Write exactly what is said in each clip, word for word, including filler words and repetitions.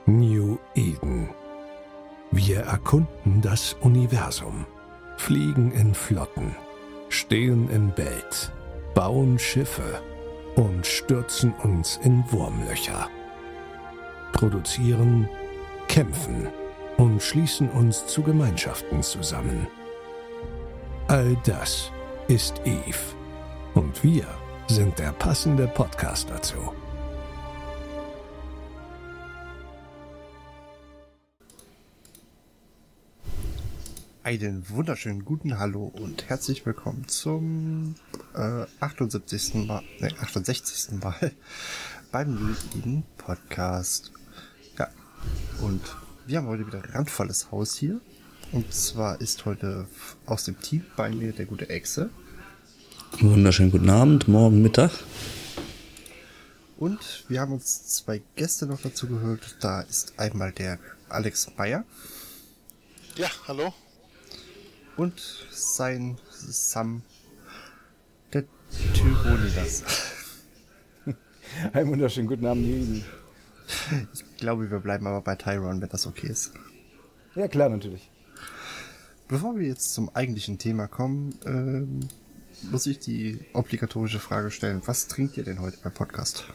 New Eden. Wir erkunden das Universum, fliegen in Flotten, stehen in Belt, bauen Schiffe und stürzen uns in Wurmlöcher. Produzieren, kämpfen und schließen uns zu Gemeinschaften zusammen. All das ist Eve. Und wir sind der passende Podcast dazu. Einen wunderschönen guten Hallo und herzlich willkommen zum äh, achtundsiebzigsten Mal, ne, achtundsechzigsten Mal beim New Eden Podcast. Ja, und wir haben heute wieder ein randvolles Haus hier. Und zwar ist heute aus dem Team bei mir der gute Exe. Wunderschönen guten Abend, morgen Mittag. Und wir haben uns zwei Gäste noch dazu gehört. Da ist einmal der Alex Meyer. Ja, hallo. Und sein Sam, der Tyronidas. Einen wunderschönen guten Abend, Jürgen. Ich glaube, wir bleiben aber bei Tyron, wenn das okay ist. Ja, klar, natürlich. Bevor wir jetzt zum eigentlichen Thema kommen, ähm, muss ich die obligatorische Frage stellen. Was trinkt ihr denn heute beim Podcast?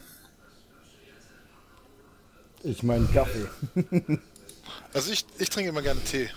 Ich meine Kaffee. Also ich, ich trinke immer gerne Tee.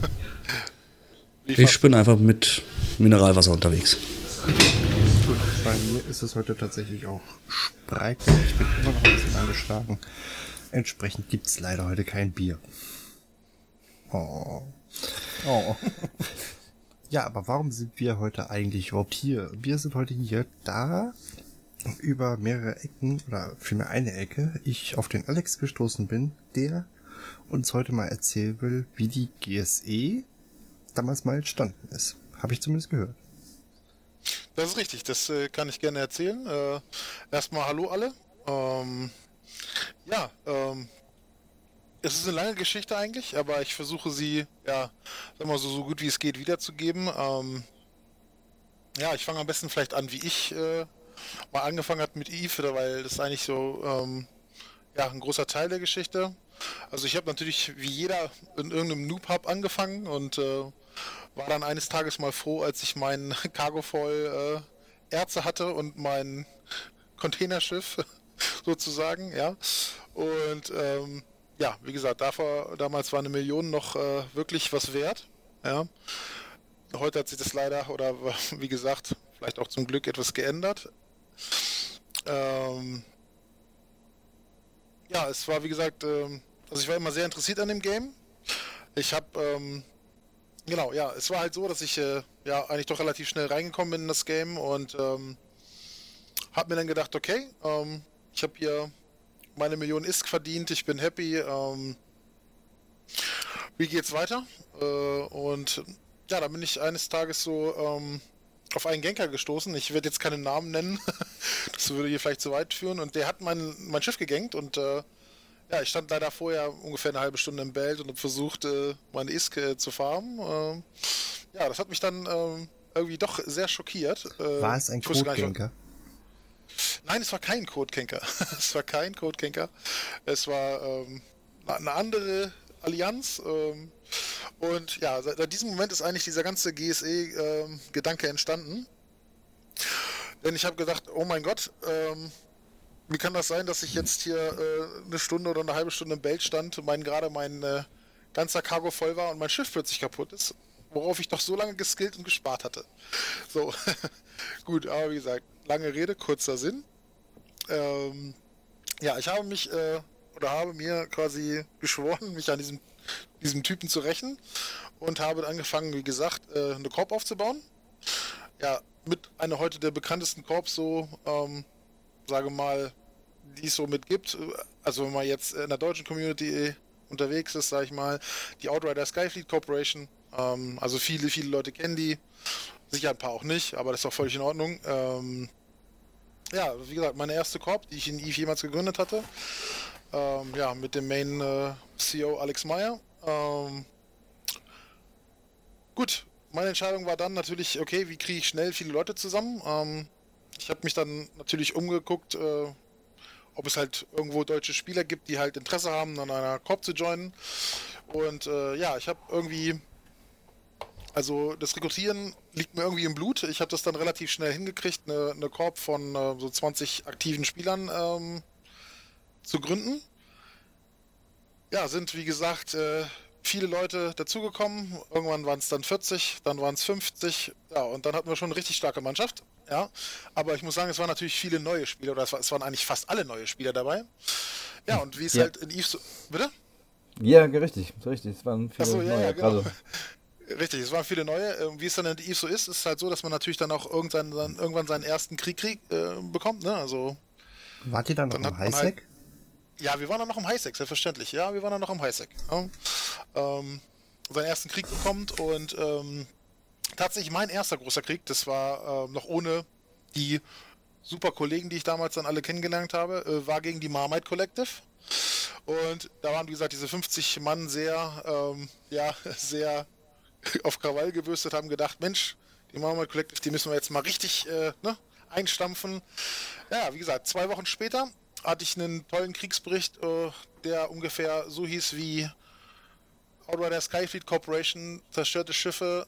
Ich bin einfach mit Mineralwasser unterwegs. Gut, bei mir ist es heute tatsächlich auch Spreit. Ich bin immer noch ein bisschen angeschlagen. Entsprechend gibt es leider heute kein Bier. Oh. Oh. Ja, aber warum sind wir heute eigentlich überhaupt hier? Wir sind heute hier, da über mehrere Ecken, oder vielmehr eine Ecke, ich auf den Alex gestoßen bin, der uns heute mal erzählen will, wie die G S E damals mal entstanden ist. Habe ich zumindest gehört. Das ist richtig, das äh, kann ich gerne erzählen. Äh, erstmal hallo alle. Ähm, ja, ähm, es ist eine lange Geschichte eigentlich, aber ich versuche sie, ja, sag mal so, so gut wie es geht wiederzugeben. Ähm, ja, ich fange am besten vielleicht an, wie ich äh, mal angefangen hat mit Eve, weil das ist eigentlich so, ähm, ja, ein großer Teil der Geschichte. Also ich habe natürlich wie jeder in irgendeinem Noob-Hub angefangen und äh, war dann eines Tages mal froh, als ich mein Cargo voll äh, Erze hatte und mein Containerschiff sozusagen, ja. Und ähm, ja, wie gesagt, davor, damals war eine Million noch äh, wirklich was wert, ja. Heute hat sich das leider, oder wie gesagt, vielleicht auch zum Glück etwas geändert. Ähm, ja, es war wie gesagt, ähm, also ich war immer sehr interessiert an dem Game. Ich habe ähm, Genau, ja, es war halt so, dass ich äh, ja eigentlich doch relativ schnell reingekommen bin in das Game und ähm, habe mir dann gedacht, okay, ähm, ich habe hier meine Million I S K verdient, ich bin happy, ähm, wie geht's weiter? Äh, und ja, dann bin ich eines Tages so ähm, auf einen Genker gestoßen, ich werde jetzt keinen Namen nennen, das würde hier vielleicht zu weit führen, und der hat mein, mein Schiff gegankt und äh, ja, ich stand leider vorher ungefähr eine halbe Stunde im Belt und habe versucht, äh, meine I S K äh, zu farmen. Ähm, ja, das hat mich dann ähm, irgendwie doch sehr schockiert. Äh, War es ein Codegenker? Nein, es war kein Codegenker. Es war kein Codegenker. Es war ähm, eine andere Allianz. Ähm, und ja, seit, seit diesem Moment ist eigentlich dieser ganze G S E-Gedanke ähm, entstanden. Denn ich habe gedacht, oh mein Gott, ähm, wie kann das sein, dass ich jetzt hier äh, eine Stunde oder eine halbe Stunde im Belt stand, mein gerade mein äh, ganzer Cargo voll war und mein Schiff plötzlich kaputt ist, worauf ich doch so lange geskillt und gespart hatte. So, gut, aber wie gesagt, lange Rede, kurzer Sinn. Ähm, ja, ich habe mich äh, oder habe mir quasi geschworen, mich an diesem, diesem Typen zu rächen und habe angefangen, wie gesagt, äh, eine Korb aufzubauen. Ja, mit einer heute der bekanntesten Korps so, ähm, sage mal, die es so mit gibt, also wenn man jetzt in der deutschen Community unterwegs ist, sage ich mal, die Outrider Skyfleet Corporation, ähm, also viele, viele Leute kennen die, sicher ein paar auch nicht, aber das ist auch völlig in Ordnung. Ähm, ja, wie gesagt, meine erste Corp, die ich in Eve jemals gegründet hatte, ähm, ja, mit dem Main äh, C E O Alex Meyer. Ähm, gut, meine Entscheidung war dann natürlich, okay, wie kriege ich schnell viele Leute zusammen? Ähm, Ich habe mich dann natürlich umgeguckt, äh, ob es halt irgendwo deutsche Spieler gibt, die halt Interesse haben, an einer Corp zu joinen. Und äh, ja, ich habe irgendwie, also das Rekrutieren liegt mir irgendwie im Blut. Ich habe das dann relativ schnell hingekriegt, eine, eine Corp von äh, so zwanzig aktiven Spielern ähm, zu gründen. Ja, sind wie gesagt äh, viele Leute dazugekommen. Irgendwann waren es dann vierzig, dann waren es fünfzig. Ja, und dann hatten wir schon eine richtig starke Mannschaft. Ja, aber ich muss sagen, es waren natürlich viele neue Spieler, oder es, war, es waren eigentlich fast alle neue Spieler dabei. Ja, und wie es Ja. halt in Eve so... Bitte? Ja, richtig, so richtig. Es waren viele Achso, ja, neue, ja, genau. gerade. Richtig, es waren viele neue. Ähm, Wie es dann in Eve so ist, ist halt so, dass man natürlich dann auch irgendwann, dann, irgendwann seinen ersten Krieg, Krieg äh, bekommt, ne? Also, Wart ihr dann noch Dann im hat man halt- Highsec? ja, wir waren dann noch im Highsec, selbstverständlich. Ja, wir waren dann noch im Highsec. Ja. Ähm, seinen ersten Krieg bekommt und ähm, tatsächlich mein erster großer Krieg, das war ähm, noch ohne die super Kollegen, die ich damals dann alle kennengelernt habe, äh, war gegen die Marmite Collective. Und da waren, wie gesagt, diese fünfzig Mann sehr, ähm, ja, sehr auf Krawall gebürstet, haben gedacht, Mensch, die Marmite Collective, die müssen wir jetzt mal richtig äh, ne, einstampfen. Ja, wie gesagt, zwei Wochen später hatte ich einen tollen Kriegsbericht, äh, der ungefähr so hieß wie Outrider Skyfleet Corporation, zerstörte Schiffe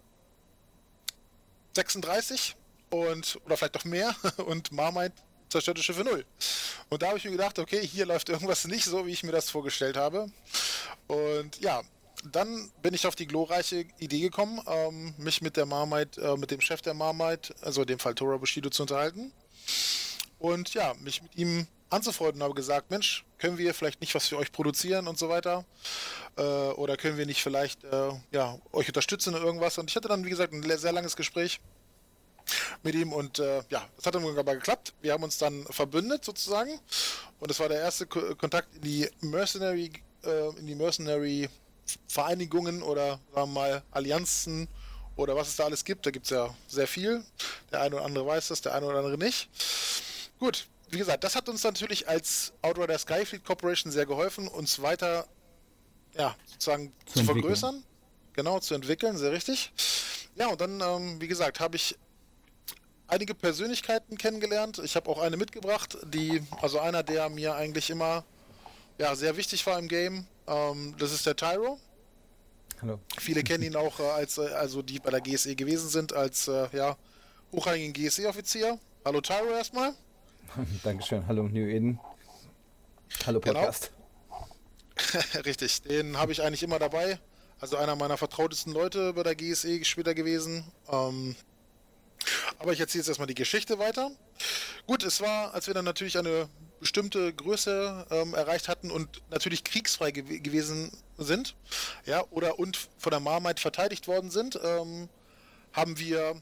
sechsunddreißig und oder vielleicht noch mehr und Marmite zerstörte Schiffe null. Und da habe ich mir gedacht, okay, hier läuft irgendwas nicht so, wie ich mir das vorgestellt habe. Und ja, dann bin ich auf die glorreiche Idee gekommen, ähm, mich mit der Marmite, äh, mit dem Chef der Marmite, also in dem Fall Tora Bushido, zu unterhalten. Und ja, mich mit ihm anzufreunden, habe gesagt, Mensch, können wir vielleicht nicht was für euch produzieren und so weiter? Äh, oder können wir nicht vielleicht äh, ja, euch unterstützen in irgendwas? Und ich hatte dann, wie gesagt, ein sehr langes Gespräch mit ihm und äh, ja, das hat dann wunderbar geklappt. Wir haben uns dann verbündet sozusagen und das war der erste Ko- Kontakt in die Mercenary, äh, in die Mercenary Vereinigungen oder sagen wir mal Allianzen oder was es da alles gibt. Da gibt es ja sehr viel. Der eine oder andere weiß das, der eine oder andere nicht. Gut, wie gesagt, das hat uns natürlich als Outrider Skyfleet Corporation sehr geholfen, uns weiter ja, sozusagen zu, Zu entwickeln. vergrößern. Genau, zu entwickeln, sehr richtig. Ja, und dann, ähm, wie gesagt, habe ich einige Persönlichkeiten kennengelernt. Ich habe auch eine mitgebracht, die, also einer, der mir eigentlich immer ja, sehr wichtig war im Game. Ähm, das ist der Tyro. Hallo. Viele kennen ihn auch äh, als, äh, also die bei der G S E gewesen sind, als äh, ja, hochrangigen G S E-Offizier. Hallo Tyro erstmal. Dankeschön. Hallo, New Eden. Hallo, Genau. Podcast. Richtig, den habe ich eigentlich immer dabei. Also einer meiner vertrautesten Leute bei der G S E später gewesen. Ähm, aber ich erzähle jetzt erstmal die Geschichte weiter. Gut, es war, als wir dann natürlich eine bestimmte Größe ähm, erreicht hatten und natürlich kriegsfrei gew gewesen sind, ja, oder und von der Marmite verteidigt worden sind, ähm, haben wir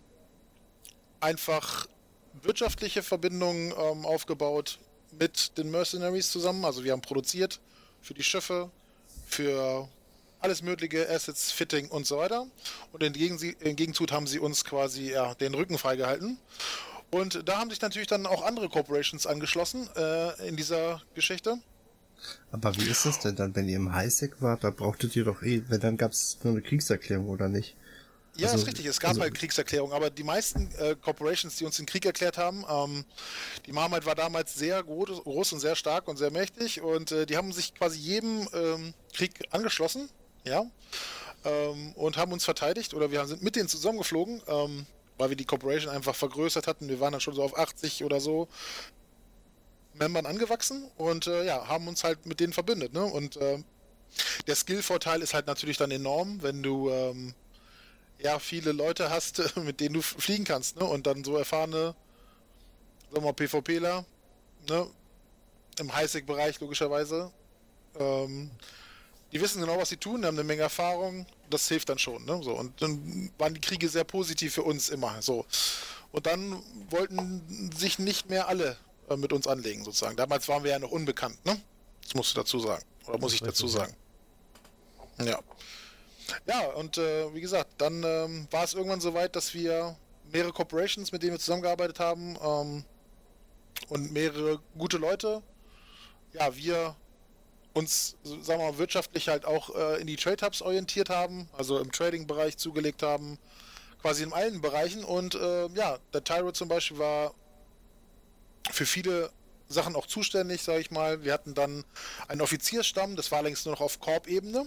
einfach wirtschaftliche Verbindungen ähm, aufgebaut mit den Mercenaries zusammen. Also wir haben produziert für die Schiffe, für alles mögliche, Assets, Fitting und so weiter. Und im, Gegen im Gegenzug haben sie uns quasi ja, den Rücken freigehalten. Und da haben sich natürlich dann auch andere Corporations angeschlossen äh, in dieser Geschichte. Aber wie ist das denn dann, wenn ihr im Highsec wart? Da brauchtet ihr doch eh, wenn dann gab es nur eine Kriegserklärung, oder nicht? Ja, Also- ist richtig, es gab also- halt Kriegserklärungen, aber die meisten äh, Corporations, die uns den Krieg erklärt haben, ähm, die Marmite war damals sehr groß, groß und sehr stark und sehr mächtig und äh, die haben sich quasi jedem ähm, Krieg angeschlossen, ja, ähm, und haben uns verteidigt oder wir sind mit denen zusammengeflogen, ähm, weil wir die Corporation einfach vergrößert hatten. Wir waren dann schon so auf achtzig oder so Membern angewachsen und äh, ja, haben uns halt mit denen verbündet, ne? Und äh, der Skill-Vorteil ist halt natürlich dann enorm, wenn du ähm, ja viele Leute hast, mit denen du fliegen kannst, ne? Und dann so erfahrene, sagen wir mal, PvPler, ne? Im Highsec-Bereich logischerweise. Ähm, die wissen genau, was sie tun, die haben eine Menge Erfahrung, das hilft dann schon, ne? So, und dann waren die Kriege sehr positiv für uns immer so. Und dann wollten sich nicht mehr alle äh, mit uns anlegen, sozusagen. Damals waren wir ja noch unbekannt, ne? Das musst du dazu sagen. Oder muss ich dazu sagen. Ja. Ja, und äh, wie gesagt, dann ähm, war es irgendwann so weit, dass wir mehrere Corporations, mit denen wir zusammengearbeitet haben, ähm, und mehrere gute Leute, ja, wir uns, so- sagen wir mal, wirtschaftlich halt auch äh, in die Trade Hubs orientiert haben, also im Trading-Bereich zugelegt haben, quasi in allen Bereichen. Und äh, ja, der Tyro zum Beispiel war für viele Sachen auch zuständig, sage ich mal. Wir hatten dann einen Offiziersstamm, das war allerdings nur noch auf Korb-Ebene.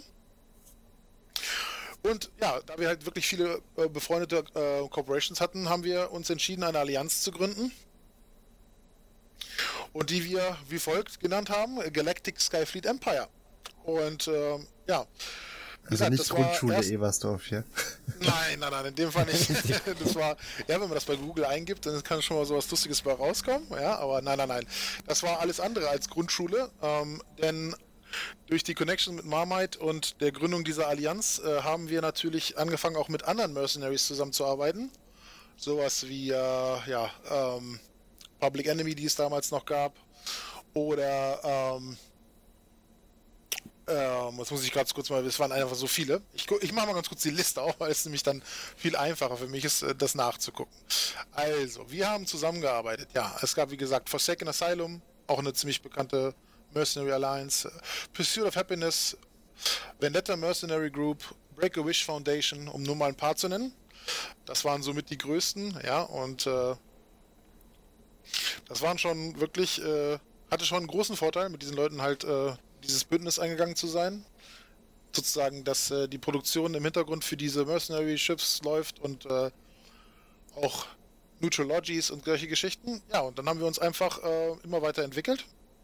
Und ja, da wir halt wirklich viele äh, befreundete äh, Corporations hatten, haben wir uns entschieden, eine Allianz zu gründen. Und die wir wie folgt genannt haben, Galactic Skyfleet Empire. Und äh, ja, Also gesagt, nicht das war Grundschule erst- Eversdorf hier. Nein, nein, nein, in dem Fall nicht. Das war, ja, wenn man das bei Google eingibt, dann kann schon mal sowas Lustiges bei rauskommen, ja, aber nein, nein, nein. Das war alles andere als Grundschule, ähm, denn durch die Connection mit Marmite und der Gründung dieser Allianz äh, haben wir natürlich angefangen, auch mit anderen Mercenaries zusammenzuarbeiten. Sowas wie, äh, ja, ähm, Public Enemy, die es damals noch gab, oder, ähm, Ähm, jetzt muss ich ganz kurz mal, es waren einfach so viele. Ich, gu- ich mache mal ganz kurz die Liste auf, weil es nämlich dann viel einfacher für mich ist, äh, das nachzugucken. Also, wir haben zusammengearbeitet. Ja, es gab wie gesagt Forsaken Asylum, auch eine ziemlich bekannte Mercenary Alliance, äh, Pursuit of Happiness, Vendetta Mercenary Group, Break a Wish Foundation, um nur mal ein paar zu nennen. Das waren somit die größten, ja, und äh, das waren schon wirklich, äh, hatte schon einen großen Vorteil, mit diesen Leuten halt äh, dieses Bündnis eingegangen zu sein. Sozusagen, dass äh, die Produktion im Hintergrund für diese Mercenary-Schiffs läuft und äh, auch Neutral Lodges und solche Geschichten. Ja, und dann haben wir uns einfach äh, immer weiter entwickelt.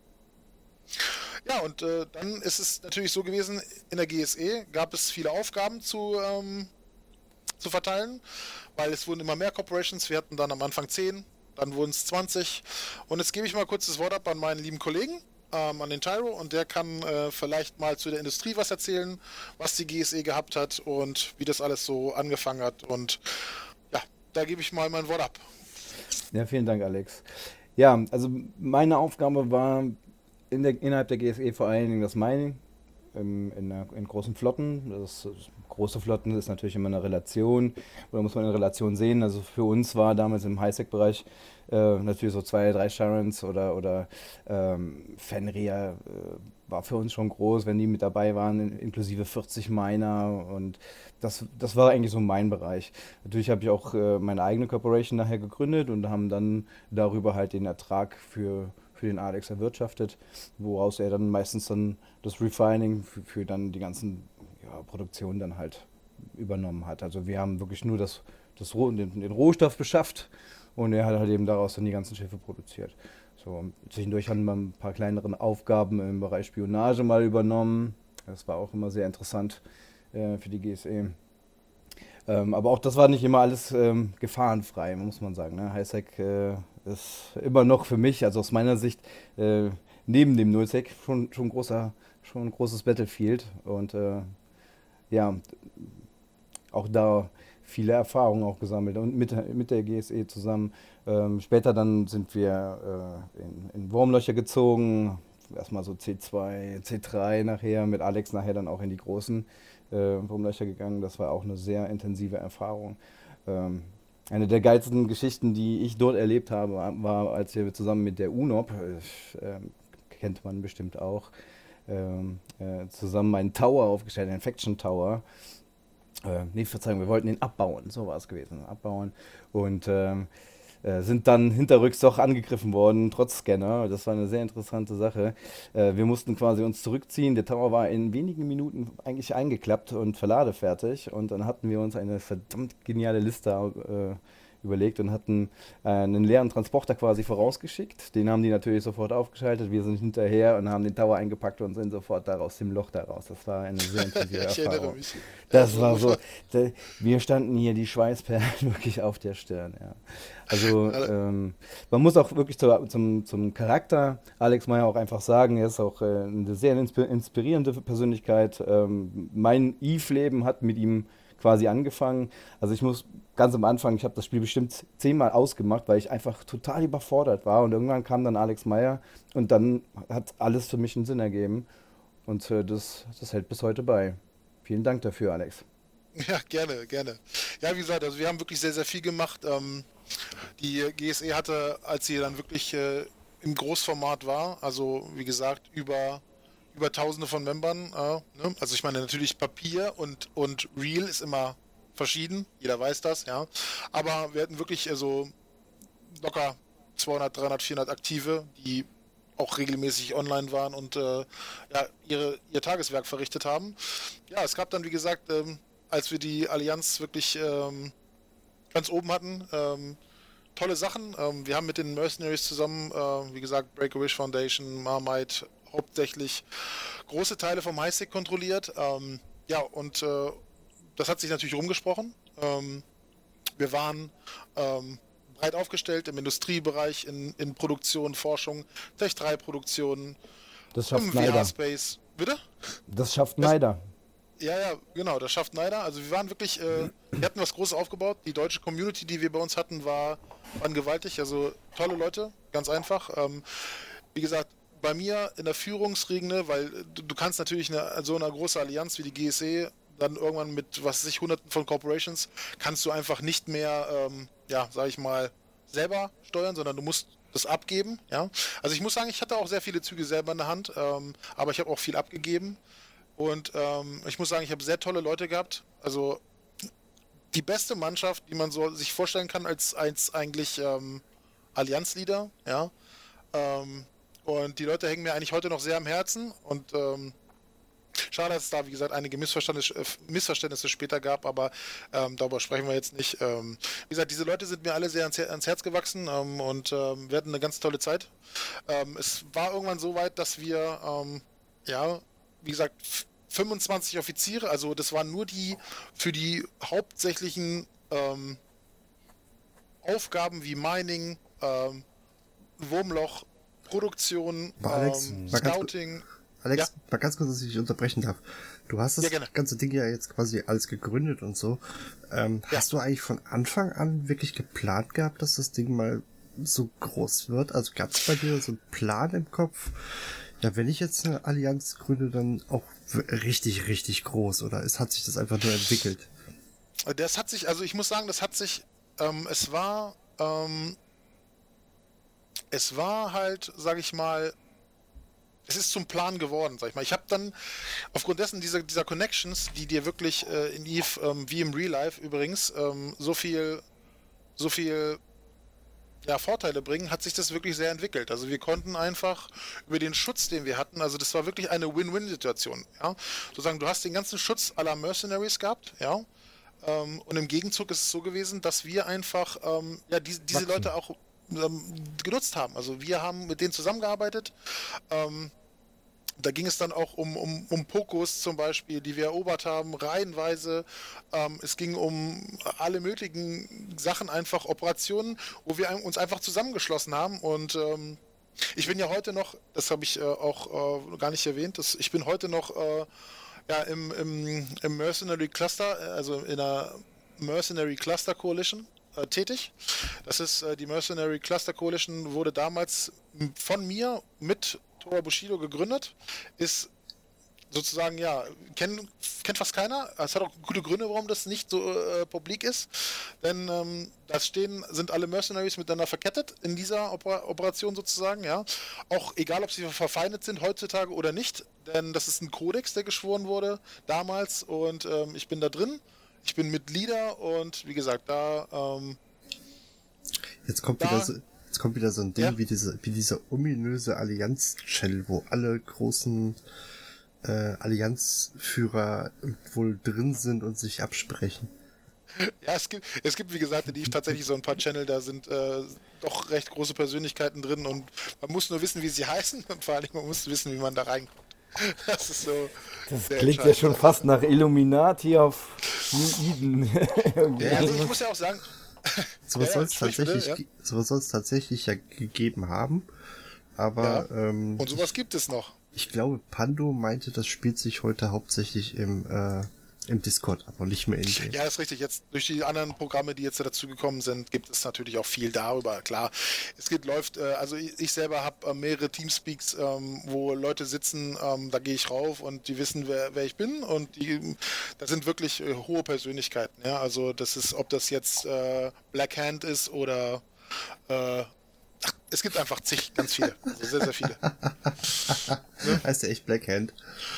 Ja, und äh, dann ist es natürlich so gewesen, in der G S E gab es viele Aufgaben zu, ähm, zu verteilen, weil es wurden immer mehr Corporations. Wir hatten dann am Anfang zehn, dann wurden es zwanzig. Und jetzt gebe ich mal kurz das Wort ab an meinen lieben Kollegen, ähm, an den Tyro, und der kann äh, vielleicht mal zu der Industrie was erzählen, was die G S E gehabt hat und wie das alles so angefangen hat. Und ja, da gebe ich mal mein Wort ab. Ja, vielen Dank, Alex. Ja, also meine Aufgabe war in der, innerhalb der G S E vor allen Dingen das Mining ähm, in, der, in großen Flotten. Das, das, große Flotten ist natürlich immer eine Relation, oder muss man eine Relation sehen. Also für uns war damals im High-Sec-Bereich äh, natürlich so zwei, drei Sharons oder, oder ähm, Fenrir äh, war für uns schon groß, wenn die mit dabei waren, in, inklusive vierzig Miner, und das, das war eigentlich so mein Bereich. Natürlich habe ich auch äh, meine eigene Corporation nachher gegründet und haben dann darüber halt den Ertrag für, für den Alex erwirtschaftet, woraus er dann meistens dann das Refining für, für dann die ganzen ja, Produktionen dann halt übernommen hat. Also wir haben wirklich nur das, das Roh, den, den Rohstoff beschafft und er hat halt eben daraus dann die ganzen Schiffe produziert. So, zwischendurch haben wir ein paar kleinere Aufgaben im Bereich Spionage mal übernommen. Das war auch immer sehr interessant äh, für die G S E. Ähm, aber auch das war nicht immer alles ähm, gefahrenfrei, muss man sagen. Ne? High-Sec äh, ist immer noch für mich, also aus meiner Sicht, äh, neben dem Null-Sec schon, schon, großer, schon ein großes Battlefield. Und äh, ja, auch da viele Erfahrungen auch gesammelt und mit, mit der G S E zusammen. Ähm, später dann sind wir äh, in, in Wurmlöcher gezogen, erstmal so C zwei, C drei nachher, mit Alex nachher dann auch in die großen äh, Wurmlöcher gegangen. Das war auch eine sehr intensive Erfahrung. Ähm, eine der geilsten Geschichten, die ich dort erlebt habe, war, als wir zusammen mit der U N O P, äh, kennt man bestimmt auch, ähm, äh, zusammen einen Tower aufgestellt, einen Infection Tower. Äh, nee, Verzeihung, wir wollten ihn abbauen, so war es gewesen, abbauen, und ähm, äh, sind dann hinterrücks doch angegriffen worden, trotz Scanner. Das war eine sehr interessante Sache. Äh, wir mussten quasi uns zurückziehen, der Tower war in wenigen Minuten eigentlich eingeklappt und verladefertig, und dann hatten wir uns eine verdammt geniale Liste äh, überlegt und hatten äh, einen leeren Transporter quasi vorausgeschickt. Den haben die natürlich sofort aufgeschaltet. Wir sind hinterher und haben den Tower eingepackt und sind sofort da aus dem Loch da raus. Das war eine sehr intensive Ich erinnere Erfahrung. mich. Das Ja, war so, da, wir standen hier die Schweißperlen wirklich auf der Stirn. Ja. Also ähm, man muss auch wirklich zu, zum, zum Charakter Alex Meyer auch einfach sagen, er ist auch äh, eine sehr insp- inspirierende Persönlichkeit. Ähm, mein Eve-Leben hat mit ihm quasi angefangen. Also ich muss ganz am Anfang, ich habe das Spiel bestimmt zehnmal ausgemacht, weil ich einfach total überfordert war, und irgendwann kam dann Alex Meyer und dann hat alles für mich einen Sinn ergeben, und äh, das, das hält bis heute bei. Vielen Dank dafür, Alex. Ja, gerne, gerne. Ja, wie gesagt, also wir haben wirklich sehr, sehr viel gemacht. Ähm, die G S E hatte, als sie dann wirklich äh, im Großformat war, also wie gesagt, über, über Tausende von Membern. Äh, ne? Also ich meine, natürlich Papier und, und Real ist immer verschieden, jeder weiß das, ja. Aber wir hatten wirklich äh, so locker zweihundert, dreihundert, vierhundert Aktive, die auch regelmäßig online waren und äh, ja, ihre, ihr Tageswerk verrichtet haben. Ja, es gab dann, wie gesagt, ähm, als wir die Allianz wirklich ähm, ganz oben hatten, ähm, tolle Sachen. Ähm, wir haben mit den Mercenaries zusammen, äh, wie gesagt, Break-A-Wish Foundation, Marmite, hauptsächlich große Teile vom Highsec kontrolliert. Ähm, ja, und äh, das hat sich natürlich rumgesprochen. Ähm, wir waren ähm, breit aufgestellt im Industriebereich, in, in Produktion, Forschung, Tech drei Produktion, Das schafft im V Neider. R-Space. Bitte? Das schafft Neider. Ja, ja, genau, das schafft Neider. Also wir waren wirklich, äh, wir hatten was Großes aufgebaut. Die deutsche Community, die wir bei uns hatten, war waren gewaltig. Also tolle Leute, ganz einfach. Ähm, wie gesagt, bei mir in der Führungsriege, weil du, du kannst natürlich eine, so eine große Allianz wie die G S E dann irgendwann mit, was weiß ich, hunderten von Corporations, kannst du einfach nicht mehr, ähm, ja, sag ich mal, selber steuern, sondern du musst das abgeben, ja. Also ich muss sagen, ich hatte auch sehr viele Züge selber in der Hand, ähm, aber ich habe auch viel abgegeben. Und ähm, ich muss sagen, ich habe sehr tolle Leute gehabt. Also die beste Mannschaft, die man so sich vorstellen kann als, als eigentlich ähm, Allianzleader, ja. Ähm, und die Leute hängen mir eigentlich heute noch sehr am Herzen. Und ähm, schade, dass es da, wie gesagt, einige Missverständnisse, äh, Missverständnisse später gab, aber ähm, darüber sprechen wir jetzt nicht. Ähm, wie gesagt, diese Leute sind mir alle sehr ans, ans Herz gewachsen ähm, und ähm, wir hatten eine ganz tolle Zeit. Ähm, es war irgendwann so weit, dass wir, ähm, ja, wie gesagt, fünfundzwanzig Offiziere, also das waren nur die für die hauptsächlichen ähm, Aufgaben wie Mining, ähm, Wurmloch, Produktion, Alex, ähm, mal ganz Scouting. Alex, Ja. mal ganz kurz, dass ich dich unterbrechen darf. Du hast das Ja, gerne. ganze Ding ja jetzt quasi alles gegründet und so. Ähm, Ja. Hast du eigentlich von Anfang an wirklich geplant gehabt, dass das Ding mal so groß wird? Also gab es bei dir so einen Plan im Kopf? Ja, wenn ich jetzt eine Allianz gründe, dann auch w- richtig, richtig groß. Oder es hat sich das einfach nur entwickelt? Das hat sich, also ich muss sagen, das hat sich, ähm, es war, ähm, es war halt, sag ich mal, es ist zum Plan geworden, sag ich mal. Ich habe dann aufgrund dessen dieser, dieser Connections, die dir wirklich äh, in Eve, ähm, wie im Real Life übrigens, ähm, so viel, so viel ja, Vorteile bringen, hat sich das wirklich sehr entwickelt. Also wir konnten einfach über den Schutz, den wir hatten, also das war wirklich eine Win-Win-Situation. Ja? Sozusagen, du hast den ganzen Schutz aller Mercenaries gehabt, ja. Ähm, und im Gegenzug ist es so gewesen, dass wir einfach ähm, ja, die, diese Wachsen. Leute auch ähm, genutzt haben. Also wir haben mit denen zusammengearbeitet. Ähm, da ging es dann auch um, um, um Pokos zum Beispiel, die wir erobert haben, reihenweise. Ähm, es ging um alle möglichen Sachen, einfach Operationen, wo wir uns einfach zusammengeschlossen haben. Und ähm, ich bin ja heute noch, das habe ich äh, auch äh, gar nicht erwähnt, das, ich bin heute noch äh, ja, im, im, im Mercenary Cluster, also in der Mercenary Cluster Coalition äh, tätig. Das ist äh, die Mercenary Cluster Coalition, wurde damals von mir mit Tora Bushido gegründet, ist sozusagen, ja, kennt, kennt fast keiner. Es hat auch gute Gründe, warum das nicht so äh, publik ist. Denn ähm, da stehen, sind alle Mercenaries miteinander verkettet in dieser Oper Operation sozusagen, ja. Auch egal, ob sie verfeindet sind heutzutage oder nicht, denn das ist ein Kodex, der geschworen wurde damals und ähm, ich bin da drin. Ich bin Mitglieder und wie gesagt, da ähm, Jetzt kommt Da- wieder so, jetzt kommt wieder so ein Ding Ja. wie diese, wie dieser ominöse Allianz-Channel, wo alle großen äh, Allianzführer wohl drin sind und sich absprechen. Ja, es gibt, es gibt wie gesagt, in Eve tatsächlich so ein paar Channel, da sind äh, doch recht große Persönlichkeiten drin und man muss nur wissen, wie sie heißen und vor allem man muss wissen, wie man da reinkommt. Das ist so. Das der klingt ja schon entscheidende fast nach Illuminati auf New Eden. Sache. Ja, also ich muss ja auch sagen, Sowas Ja, ja, soll es sprich bitte, tatsächlich, ja. ge- sowas soll es tatsächlich ja gegeben haben. Aber ähm, und sowas gibt es noch. ich glaube, Pando meinte, das spielt sich heute hauptsächlich im, äh, im Discord, aber nicht mehr in Game. Ja, ist richtig. Jetzt durch die anderen Programme, die jetzt dazu gekommen sind, gibt es natürlich auch viel darüber. Klar, es geht, läuft, äh, also ich, ich selber habe äh, mehrere Teamspeaks, ähm, wo Leute sitzen, ähm, da gehe ich rauf und die wissen, wer, wer ich bin und die, das sind wirklich äh, hohe Persönlichkeiten. Ja, also das ist, ob das jetzt äh, Black Hand ist oder äh, ach, es gibt einfach zig, ganz viele, also sehr, sehr viele. Heißt ja echt Black Hand.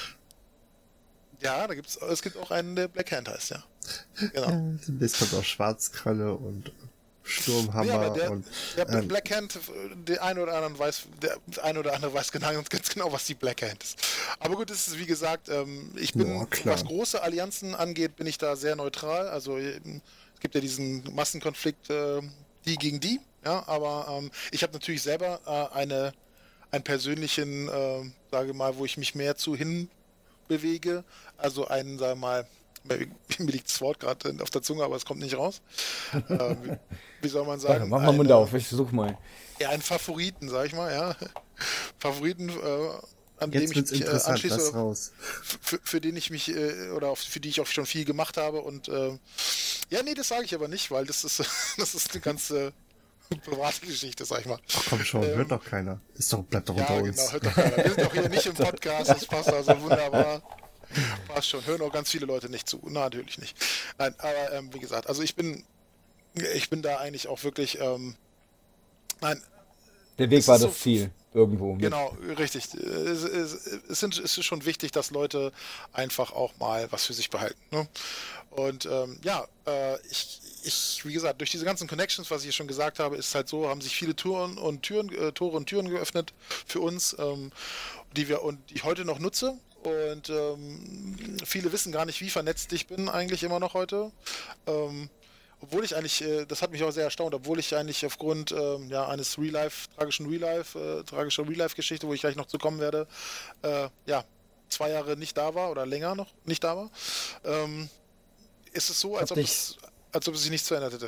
Ja, da gibt's, es gibt auch einen, der Black Hand heißt, ja. Genau. Ja, es kommt auch Schwarzkralle und Sturmhammer ja, der, und... Der ähm, Black Hand, der eine oder andere weiß, der eine oder andere weiß genau, ganz genau, was die Black Hand ist. Aber gut, es ist wie gesagt, ähm, ich bin, ja, klar. was große Allianzen angeht, bin ich da sehr neutral. Also es gibt ja diesen Massenkonflikt, äh, die gegen die, ja, aber ähm, ich habe natürlich selber äh, eine, einen persönlichen, äh, sage mal, wo ich mich mehr zu hinbewege. Also einen, sage mal, mir liegt das Wort gerade auf der Zunge, aber es kommt nicht raus. äh, wie, wie soll man sagen? Mach mal eine, Mund auf, ich such mal. Ja, einen Favoriten, sag ich mal, ja. Favoriten, äh, an Jetzt dem wird's ich mich äh, interessant, anschließe, lass oder raus. für, für den ich mich, äh, oder auf, für die ich auch schon viel gemacht habe und äh, ja, nee, das sage ich aber nicht, weil das ist, das ist eine ganz äh, private Geschichte, sag ich mal. Ach komm schon, Ähm, hört doch keiner. Ist doch, bleibt doch Ja, unter genau, uns. hört doch keiner. Wir sind doch hier nicht im Podcast, das passt also wunderbar. Passt schon, hören auch ganz viele Leute nicht zu. Na, natürlich nicht. Nein, aber ähm, wie gesagt, also ich bin, ich bin da eigentlich auch wirklich, ähm, nein. Der Weg es war ist das so- Ziel, irgendwo. mit. Genau, richtig. Es, es, es, sind, es ist schon wichtig, dass Leute einfach auch mal was für sich behalten. Ne? Und ähm, ja, äh, ich, ich, wie gesagt, durch diese ganzen Connections, was ich schon gesagt habe, ist halt so, haben sich viele Touren und Türen, äh, Tore und Türen geöffnet für uns, ähm, die wir und die ich heute noch nutze. Und ähm, viele wissen gar nicht, wie vernetzt ich bin eigentlich immer noch heute. Ähm, obwohl ich eigentlich, äh, das hat mich auch sehr erstaunt, obwohl ich eigentlich aufgrund ähm, ja, eines Real-Life, tragischen Real-Life, äh, tragischer Real-Life-Geschichte, wo ich gleich noch zu kommen werde, äh, ja, zwei Jahre nicht da war oder länger noch nicht da war, ähm, ist es so, als Hab ob dich- es, als ob es sich nichts verändert hätte.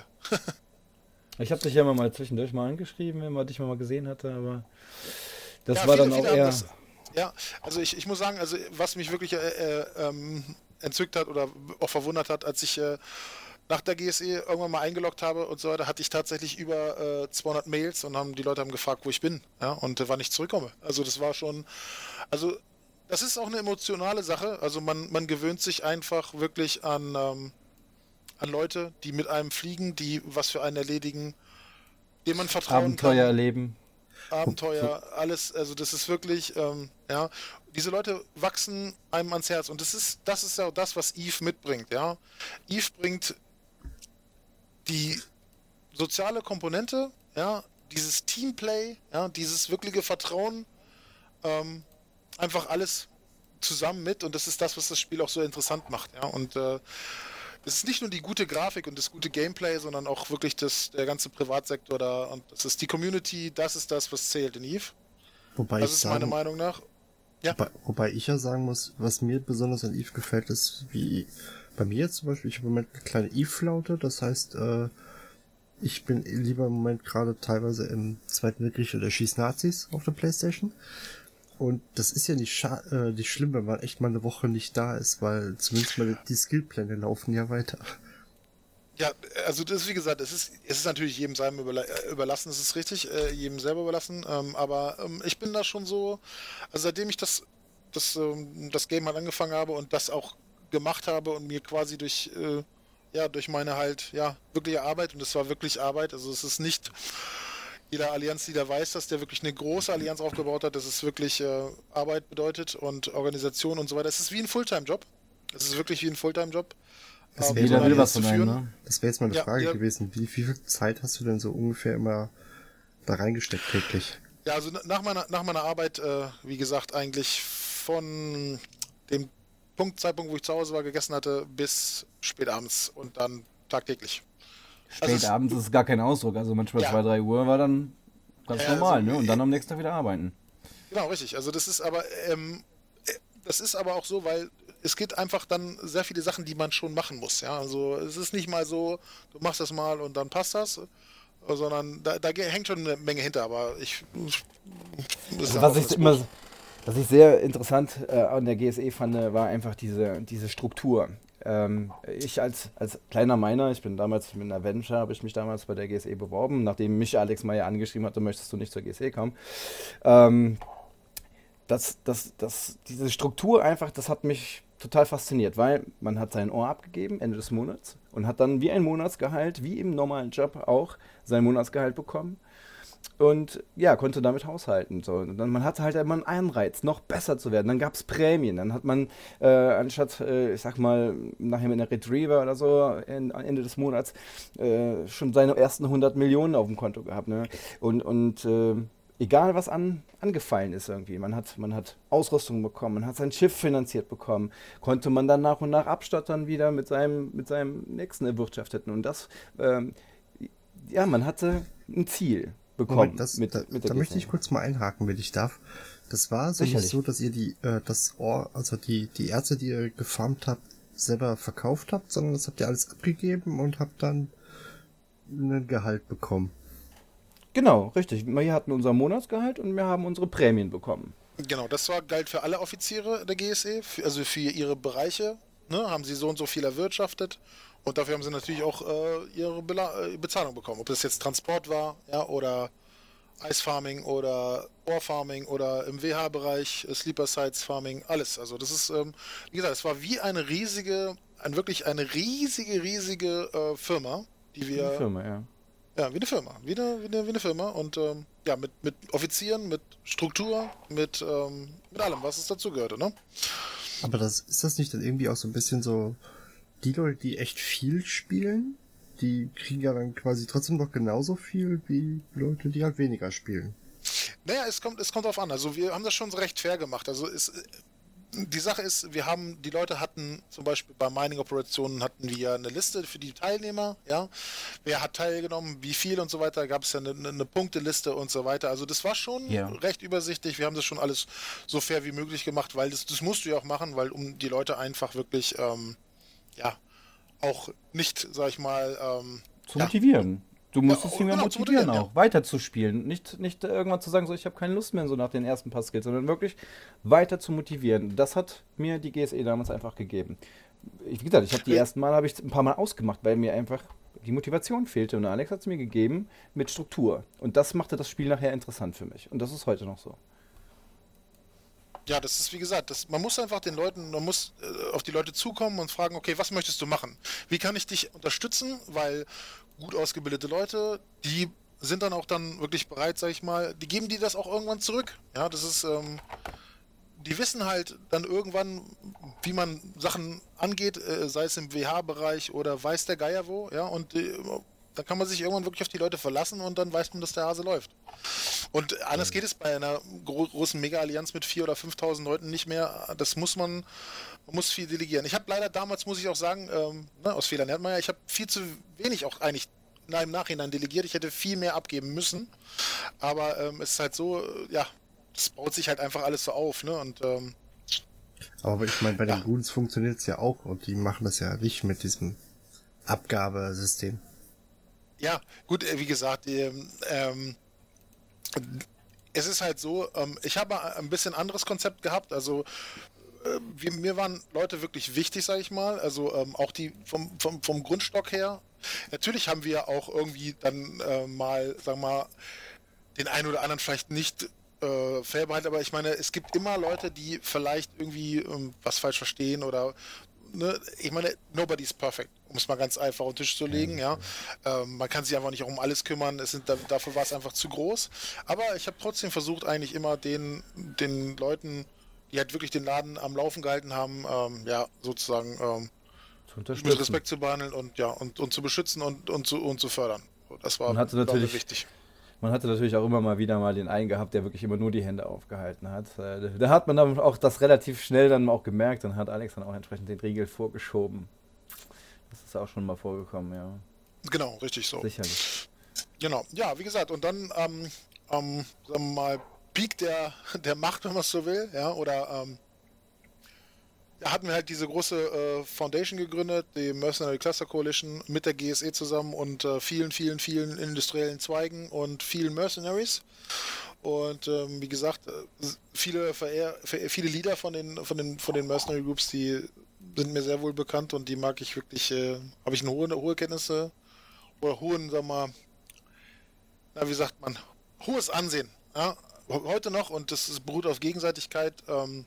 Ich habe dich ja immer mal zwischendurch mal angeschrieben, wenn man dich mal gesehen hatte, aber das Ja, war viele, dann auch viele haben eher... das- Ja, also ich, ich muss sagen, also was mich wirklich äh, äh, ähm, entzückt hat oder auch verwundert hat, als ich äh, nach der G S E irgendwann mal eingeloggt habe und so weiter, hatte ich tatsächlich über äh, zweihundert Mails und haben die Leute haben gefragt, wo ich bin, ja, und äh, wann ich zurückkomme. Also das war schon, also das ist auch eine emotionale Sache. Also man, man gewöhnt sich einfach wirklich an, ähm, an Leute, die mit einem fliegen, die was für einen erledigen, dem man vertrauen Abenteuer kann. erleben. Abenteuer, alles, also das ist wirklich, ähm, ja, diese Leute wachsen einem ans Herz und das ist, das ist ja auch das, was Eve mitbringt, ja. Eve bringt die soziale Komponente, ja, dieses Teamplay, ja, dieses wirkliche Vertrauen, ähm, einfach alles zusammen mit und das ist das, was das Spiel auch so interessant macht, ja, und äh, es ist nicht nur die gute Grafik und das gute Gameplay, sondern auch wirklich das, der ganze Privatsektor da und das ist die Community, das ist das, was zählt in Eve. Wobei Das ich ist sagen, meiner Meinung nach. Ja. Wobei, wobei ich ja sagen muss, was mir besonders an Eve gefällt, ist wie bei mir jetzt zum Beispiel, ich habe im Moment eine kleine Eve-Flaute, das heißt, äh, ich bin lieber im Moment gerade teilweise im Zweiten Weltkrieg oder schieß Nazis auf der Playstation. Und das ist ja nicht, scha äh, nicht schlimm, wenn man echt mal eine Woche nicht da ist, weil zumindest mal die Skillpläne laufen ja weiter. Ja, also das ist wie gesagt, es ist, es ist natürlich jedem selber überla äh, überlassen, es ist richtig, äh, jedem selber überlassen, ähm, aber ähm, ich bin da schon so, also seitdem ich das, das, ähm, das Game halt angefangen habe und das auch gemacht habe und mir quasi durch, äh, ja, durch meine halt, ja, wirkliche Arbeit, und es war wirklich Arbeit, also es ist nicht jeder Allianzleader weiß das, der wirklich eine große Allianz aufgebaut hat, dass es wirklich äh, Arbeit bedeutet und Organisation und so weiter. Es ist wie ein Fulltime-Job. Es ist wirklich wie ein Fulltime-Job. Das Ähm, wäre so Jeder eine will was Allianz von zu einem, führen. ne? Das wäre jetzt mal eine Ja, Frage ja. gewesen. Wie, wie viel Zeit hast du denn so ungefähr immer da reingesteckt täglich? Ja, also na- nach meiner, nach meiner Arbeit, äh, wie gesagt, eigentlich von dem Punkt, Zeitpunkt, wo ich zu Hause war, gegessen hatte, bis spät abends und dann tagtäglich. Also Spät es- abends ist gar kein Ausdruck, also manchmal Ja. zwei, drei Uhr war dann ganz Ja, normal, also, ne? Und dann am nächsten Tag wieder arbeiten. Genau, richtig. Also das ist aber, ähm, äh, das ist aber auch so, weil es geht einfach dann sehr viele Sachen, die man schon machen muss. Ja, also es ist nicht mal so, du machst das mal und dann passt das, äh, sondern da, da ge- hängt schon eine Menge hinter. Aber ich, das ist Also auch was ich das immer, was ich sehr interessant äh, an der G S E fand, äh, war einfach diese, diese Struktur. Ähm, ich als, als kleiner Miner, ich bin damals mit einer Venture, habe ich mich damals bei der G S E beworben, nachdem mich Alex Meyer angeschrieben hatte, möchtest du nicht zur G S E kommen. Ähm, das, das, das, diese Struktur einfach, das hat mich total fasziniert, weil man hat sein Ohr abgegeben Ende des Monats und hat dann wie ein Monatsgehalt, wie im normalen Job auch, sein Monatsgehalt bekommen. und ja, konnte damit haushalten. So. Und dann, man hatte halt immer einen Anreiz, noch besser zu werden. Dann gab es Prämien. Dann hat man äh, anstatt, äh, ich sag mal, nachher mit einer Retriever oder so in, am Ende des Monats äh, schon seine ersten hundert Millionen auf dem Konto gehabt. Ne? Und, und äh, egal, was an, angefallen ist irgendwie. Man hat, man hat Ausrüstung bekommen, man hat sein Schiff finanziert bekommen, konnte man dann nach und nach abstottern wieder mit seinem, mit seinem nächsten erwirtschafteten. Und das, ähm, ja, man hatte ein Ziel bekommen. Moment, das, mit, da, mit der da möchte ich Disney. kurz mal einhaken, wenn ich darf. Das war so nicht Sicherlich. so, dass ihr die, äh, das Ohr, also die, die Ärzte, die ihr gefarmt habt, selber verkauft habt, sondern das habt ihr alles abgegeben und habt dann ein Gehalt bekommen. Genau, richtig. Wir hatten unser Monatsgehalt und wir haben unsere Prämien bekommen. Genau, das war galt für alle Offiziere der G S E, für, also für ihre Bereiche, ne, haben sie so und so viel erwirtschaftet und dafür haben sie natürlich auch äh, ihre Bela äh, Bezahlung bekommen. Ob das jetzt Transport war, ja, oder Eisfarming oder Ohrfarming oder im W H-Bereich, äh, Sleeper Sites Farming, alles. Also das ist, ähm, wie gesagt, es war wie eine riesige, ein, wirklich eine riesige, riesige äh, Firma, die wir... Die Firma, ja. Ja, wie eine Firma. Wie eine, wie eine, wie eine Firma. Und ähm, ja, mit, mit Offizieren, mit Struktur, mit, ähm, mit allem, was es dazu gehörte, ne? Aber das, ist das nicht dann irgendwie auch so ein bisschen so, die Leute, die echt viel spielen, die kriegen ja dann quasi trotzdem noch genauso viel wie Leute, die halt weniger spielen. Naja, es kommt, es kommt drauf an. Also wir haben das schon so recht fair gemacht. Also es, die Sache ist, wir haben, die Leute hatten, zum Beispiel bei Mining-Operationen hatten wir eine Liste für die Teilnehmer, ja. Wer hat teilgenommen, wie viel und so weiter, gab es ja eine, eine Punkteliste und so weiter. Also das war schon Ja. recht übersichtlich. Wir haben das schon alles so fair wie möglich gemacht, weil das, das musst du ja auch machen, weil um die Leute einfach wirklich, ähm, ja, auch nicht, sag ich mal, ähm, Zu ja, motivieren. Du musst Ja, es ihn ja genau, zu motivieren motivieren, auch, weiterzuspielen. Nicht, nicht irgendwann zu sagen, so ich habe keine Lust mehr so nach den ersten paar Skills, sondern wirklich weiter zu motivieren. Das hat mir die G S E damals einfach gegeben. Ich, wie gesagt, ich habe die Ja. ersten Mal habe ich ein paar Mal ausgemacht, weil mir einfach die Motivation fehlte. Und Alex hat es mir gegeben mit Struktur. Und das machte das Spiel nachher interessant für mich. Und das ist heute noch so. Ja, das ist wie gesagt, das, man muss einfach den Leuten, man muss äh, auf die Leute zukommen und fragen, okay, was möchtest du machen? Wie kann ich dich unterstützen? Weil gut ausgebildete Leute, die sind dann auch dann wirklich bereit, sag ich mal, die geben dir das auch irgendwann zurück. Ja, das ist, ähm, die wissen halt dann irgendwann, wie man Sachen angeht, äh, sei es im W H-Bereich oder weiß der Geier wo, ja, und äh, da kann man sich irgendwann wirklich auf die Leute verlassen und dann weiß man, dass der Hase läuft. Und anders geht es bei einer gro großen Mega-Allianz mit viertausend oder fünftausend Leuten nicht mehr. Das muss man, man muss viel delegieren. Ich habe leider damals, muss ich auch sagen, ähm, ne, aus Fehlern lernt man ja, ich habe viel zu wenig auch eigentlich im Nachhinein delegiert. Ich hätte viel mehr abgeben müssen. Aber ähm, es ist halt so, äh, ja, das baut sich halt einfach alles so auf, ne? Und ähm, Aber ich meine, bei den Ja. Goons funktioniert es ja auch und die machen das ja nicht mit diesem Abgabesystem. ja, gut, äh, wie gesagt, ähm, ähm, es ist halt so, ähm, ich habe ein bisschen anderes Konzept gehabt, also äh, wir, mir waren Leute wirklich wichtig, sage ich mal, also ähm, auch die vom, vom, vom Grundstock her. Natürlich haben wir auch irgendwie dann äh, mal, sagen wir mal, den einen oder anderen vielleicht nicht äh, fair behalten, aber ich meine, es gibt immer Leute, die vielleicht irgendwie ähm, was falsch verstehen oder ne, ich meine, nobody's perfect, um es mal ganz einfach auf den Tisch zu legen, ja. Ähm, man kann sich einfach nicht auch um alles kümmern, es sind, da, dafür war es einfach zu groß. Aber ich habe trotzdem versucht, eigentlich immer den, den Leuten, die halt wirklich den Laden am Laufen gehalten haben, ähm, ja, sozusagen ähm, Zu mit unterstützen. Respekt zu behandeln und ja, und, und zu beschützen und, und, zu, und zu fördern. Das war, Man hatte war mir natürlich- wichtig. Man hatte natürlich auch immer mal wieder mal den einen gehabt, der wirklich immer nur die Hände aufgehalten hat. Äh, Da hat man dann auch das relativ schnell dann auch gemerkt und hat Alex dann auch entsprechend den Riegel vorgeschoben. Das ist auch schon mal vorgekommen, ja. Genau, richtig so. Sicherlich. Genau, ja, wie gesagt, und dann ähm, ähm, sagen wir mal, Peak der, der Macht, wenn man es so will, ja, oder ähm, da hatten wir halt diese große äh, Foundation gegründet, die Mercenary Cluster Coalition mit der G S E zusammen und äh, vielen, vielen, vielen industriellen Zweigen und vielen Mercenaries. Und ähm, wie gesagt, äh, viele Verehr, ver viele Lieder von den, von den, von den Mercenary Groups, die sind mir sehr wohl bekannt und die mag ich wirklich, äh, habe ich eine hohe, hohe Kenntnisse oder hohen, sag mal, na, wie sagt man, hohes Ansehen. Ja? Heute noch und das ist, beruht auf Gegenseitigkeit. Ähm,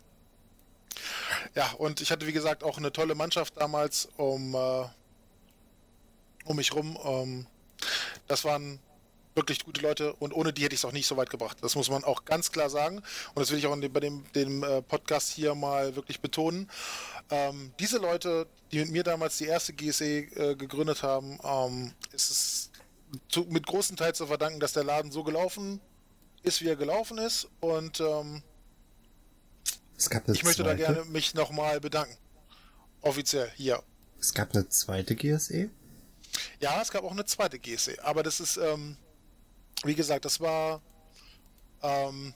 ja, und ich hatte, wie gesagt, auch eine tolle Mannschaft damals um, äh, um mich rum. Ähm, das waren wirklich gute Leute und ohne die hätte ich es auch nicht so weit gebracht. Das muss man auch ganz klar sagen und das will ich auch in dem, bei dem, dem äh, Podcast hier mal wirklich betonen. Ähm, diese Leute, die mit mir damals die erste G S E äh, gegründet haben, ähm, ist es zu, mit großen Teil zu verdanken, dass der Laden so gelaufen ist, wie er gelaufen ist und ähm, Es gab eine ich möchte zweite. da gerne mich nochmal bedanken. Offiziell, hier. Es gab eine zweite G S E? Ja, es gab auch eine zweite G S E, aber das ist, ähm, wie gesagt, das war ähm,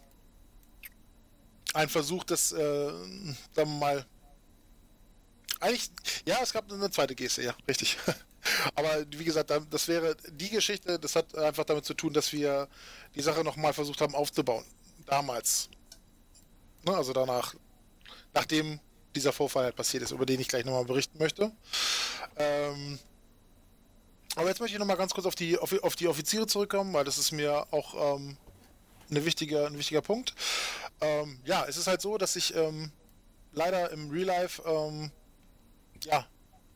ein Versuch, das, äh, sagen wir mal, eigentlich, ja, es gab eine zweite G S E, ja, richtig. Aber wie gesagt, das wäre die Geschichte, das hat einfach damit zu tun, dass wir die Sache nochmal versucht haben aufzubauen. Damals. Ne, also danach, nachdem dieser Vorfall halt passiert ist, über den ich gleich nochmal berichten möchte. Ähm, aber jetzt möchte ich nochmal ganz kurz auf die, auf, auf die Offiziere zurückkommen, weil das ist mir auch ähm, eine wichtige, ein wichtiger Punkt. Ähm, ja, es ist halt so, dass ich ähm, leider im Real Life ähm, ja,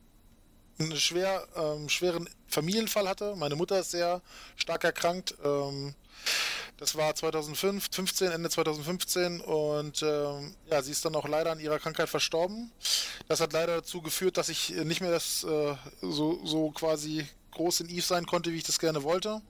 einen schwer, ähm, schweren Familienfall hatte. Meine Mutter ist sehr stark erkrankt. Ähm, das war zweitausendfünfzehn, Ende zweitausendfünfzehn und ähm, ja, sie ist dann auch leider an ihrer Krankheit verstorben. Das hat leider dazu geführt, dass ich nicht mehr das äh, so, so quasi groß in Eve sein konnte, wie ich das gerne wollte.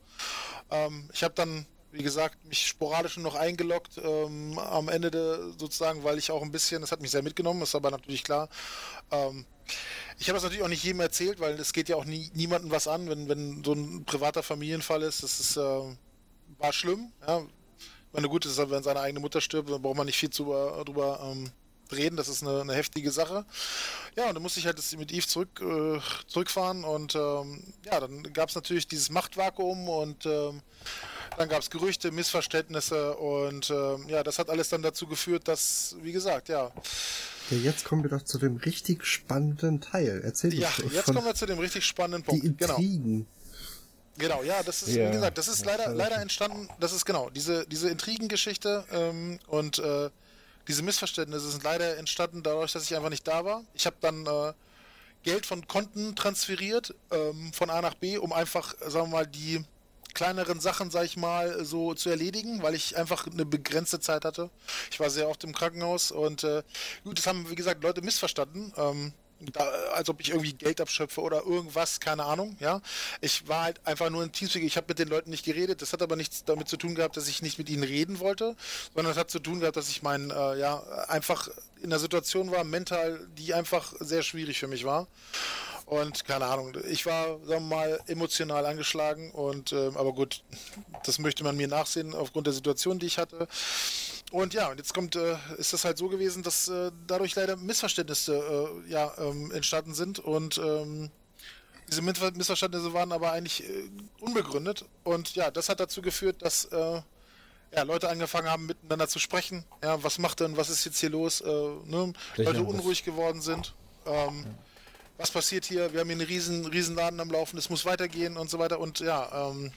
Ähm, ich habe dann, wie gesagt, mich sporadisch noch eingeloggt ähm, am Ende de, sozusagen, weil ich auch ein bisschen, das hat mich sehr mitgenommen, ist aber natürlich klar. Ähm, ich habe das natürlich auch nicht jedem erzählt, weil es geht ja auch nie, niemandem was an, wenn, wenn so ein privater Familienfall ist. Das ist, äh, war schlimm. Ja. Ich meine, gut, ist, wenn seine eigene Mutter stirbt, dann braucht man nicht viel zu, äh, drüber ähm, reden. Das ist eine, eine heftige Sache. Ja, und dann musste ich halt das mit Eve zurück, äh, zurückfahren und ähm, ja, dann gab es natürlich dieses Machtvakuum und ähm, dann gab es Gerüchte, Missverständnisse und ähm, ja, das hat alles dann dazu geführt, dass, wie gesagt, ja. Ja, jetzt kommen wir doch zu dem richtig spannenden Teil. Erzähl Ja, doch jetzt von kommen wir zu dem richtig spannenden Punkt. die Intrigen. Genau. Genau, ja, das ist, Ja, wie gesagt, das ist das leider, war leider schon- entstanden, das ist genau, diese, diese Intrigengeschichte ähm, und äh, diese Missverständnisse sind leider entstanden dadurch, dass ich einfach nicht da war. Ich habe dann äh, Geld von Konten transferiert, ähm, von A nach B, um einfach, sagen wir mal, die kleineren Sachen, sag ich mal, so zu erledigen, weil ich einfach eine begrenzte Zeit hatte. Ich war sehr oft im Krankenhaus und äh, gut, das haben, wie gesagt, Leute missverstanden. Ähm, Da, als ob ich irgendwie Geld abschöpfe oder irgendwas, keine Ahnung, ja. Ich war halt einfach nur ein Teamspeak, ich habe mit den Leuten nicht geredet, das hat aber nichts damit zu tun gehabt, dass ich nicht mit ihnen reden wollte, sondern es hat zu tun gehabt, dass ich mein, äh, ja, einfach in einer Situation war, mental, die einfach sehr schwierig für mich war. Und keine Ahnung, ich war, sagen wir mal, emotional angeschlagen und ähm, aber gut, das möchte man mir nachsehen aufgrund der Situation, die ich hatte. Und ja, und jetzt kommt, äh, ist das halt so gewesen, dass äh, dadurch leider Missverständnisse äh, ja, ähm, entstanden sind und ähm, diese Miss- Missverständnisse waren aber eigentlich äh, unbegründet und ja, das hat dazu geführt, dass äh, ja, Leute angefangen haben miteinander zu sprechen. Ja, was macht denn, was ist jetzt hier los? Äh, ne? Sicher, Leute das- unruhig geworden sind. Ähm, Was passiert hier? Wir haben hier einen riesen, riesen Laden am Laufen, es muss weitergehen und so weiter und ja, ähm,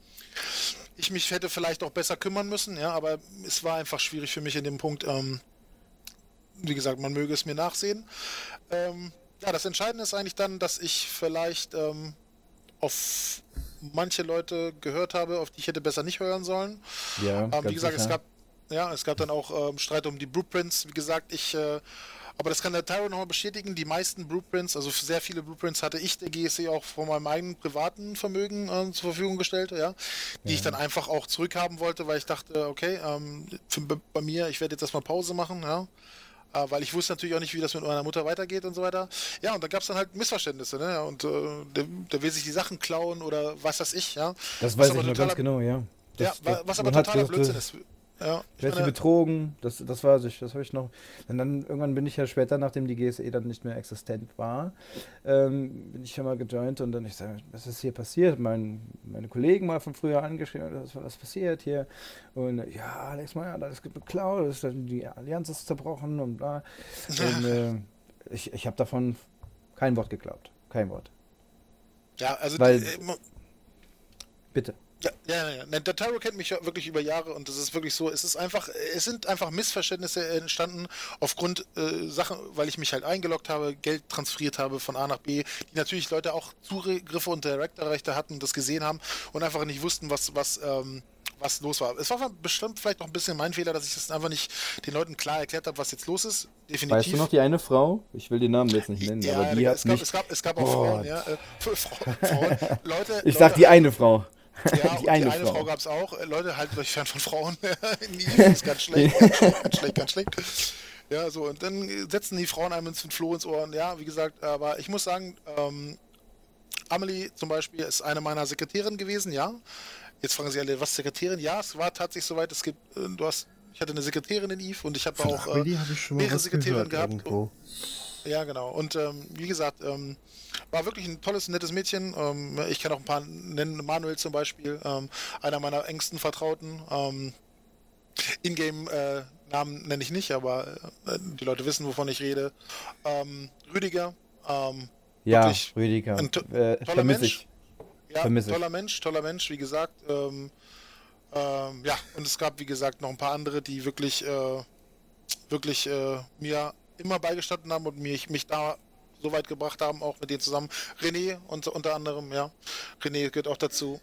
ich mich hätte vielleicht auch besser kümmern müssen, ja, aber es war einfach schwierig für mich in dem Punkt. Ähm, wie gesagt, man möge es mir nachsehen. Ähm, ja, das Entscheidende ist eigentlich dann, dass ich vielleicht ähm, auf manche Leute gehört habe, auf die ich hätte besser nicht hören sollen. Ja, Ähm, ganz wie gesagt, es sicher. gab, ja, es gab dann auch ähm, Streit um die Blueprints. Wie gesagt, ich, äh, aber das kann der Tyro nochmal bestätigen. Die meisten Blueprints, also sehr viele Blueprints hatte ich der G S E auch von meinem eigenen privaten Vermögen äh, zur Verfügung gestellt, ja, die ich dann einfach auch zurückhaben wollte, weil ich dachte, okay, ähm, für, bei mir, ich werde jetzt erstmal Pause machen, ja. Äh, weil ich wusste natürlich auch nicht, wie das mit meiner Mutter weitergeht und so weiter. Ja, und da gab es dann halt Missverständnisse, ne? Und äh, der, der will sich die Sachen klauen oder was weiß ich, ja. Das Was weiß aber ich noch totaler- ganz genau, ja. Ja, Das, wa- das, was aber man hat totaler gesagt, Blödsinn äh, ist. Ja, Ich werde sie betrogen, das, das weiß ich, das habe ich noch. Und dann irgendwann bin ich ja später, nachdem die G S E dann nicht mehr existent war, ähm, bin ich ja mal gejoint und dann ich sage, was ist hier passiert? Mein, meine Kollegen mal von früher angeschrieben, was was passiert hier? Und äh, ja, Alex Meyer, das ist geklaut, das ist, dann- die Allianz ist zerbrochen und bla. Und äh, ich, ich habe davon kein Wort geglaubt, kein Wort. Ja, also Weil- die, äh, mo- Bitte. Ja, ja, ja. Der Tyro kennt mich ja wirklich über Jahre und das ist wirklich so, es ist einfach, es sind einfach Missverständnisse entstanden aufgrund äh, Sachen, weil ich mich halt eingeloggt habe, Geld transferiert habe von A nach B, die natürlich Leute auch Zugriffe und Director-Rechte hatten und das gesehen haben und einfach nicht wussten, was, was, ähm, was los war. Es war bestimmt vielleicht noch ein bisschen mein Fehler, dass ich das einfach nicht den Leuten klar erklärt habe, was jetzt los ist. Definitiv. Weißt du noch die eine Frau? Ich will den Namen jetzt nicht nennen, Ja, aber die ja, hat es, gab, mich... es, gab, es gab auch Boah. Frauen, ja. Äh, Frauen, Frauen, Leute, Ich Leute, sag die eine Frau. Ja, die die eine eine Frau. Frau, gab es auch. Äh, Leute, haltet euch fern von Frauen. Nie, ist ganz schlecht, ganz schlecht, ganz schlecht, ganz schlecht. Ja, so, und dann setzen die Frauen einem ins Floh ins Ohr. Und ja, wie gesagt, aber ich muss sagen, ähm, Amelie zum Beispiel ist eine meiner Sekretärinnen gewesen, ja. Jetzt fragen sie alle, was Sekretärin? Ja, es war tatsächlich soweit, es gibt, äh, du hast, ich hatte eine Sekretärin in Eve und ich habe Von auch Amelie äh, habe ich schon mal mehrere was Sekretärinnen gehört gehabt. irgendwo. Ja, genau. Und ähm, wie gesagt, ähm, war wirklich ein tolles, nettes Mädchen. Ähm, ich kann auch ein paar nennen, Manuel zum Beispiel, ähm, einer meiner engsten Vertrauten. Ähm, Ingame-Namen nenne ich nicht, aber äh, die Leute wissen, wovon ich rede. Ähm, Rüdiger. Ähm, Ja, wirklich Rüdiger. ein to Äh, toller vermiss Mensch. ich. Ja, Vermiss ich. toller Mensch, toller Mensch, wie gesagt. Ähm, ähm, ja, und es gab, wie gesagt, noch ein paar andere, die wirklich, äh, wirklich äh, mir immer beigestanden haben und mich, mich da so weit gebracht haben, auch mit denen zusammen. René und, unter anderem, ja. René gehört auch dazu.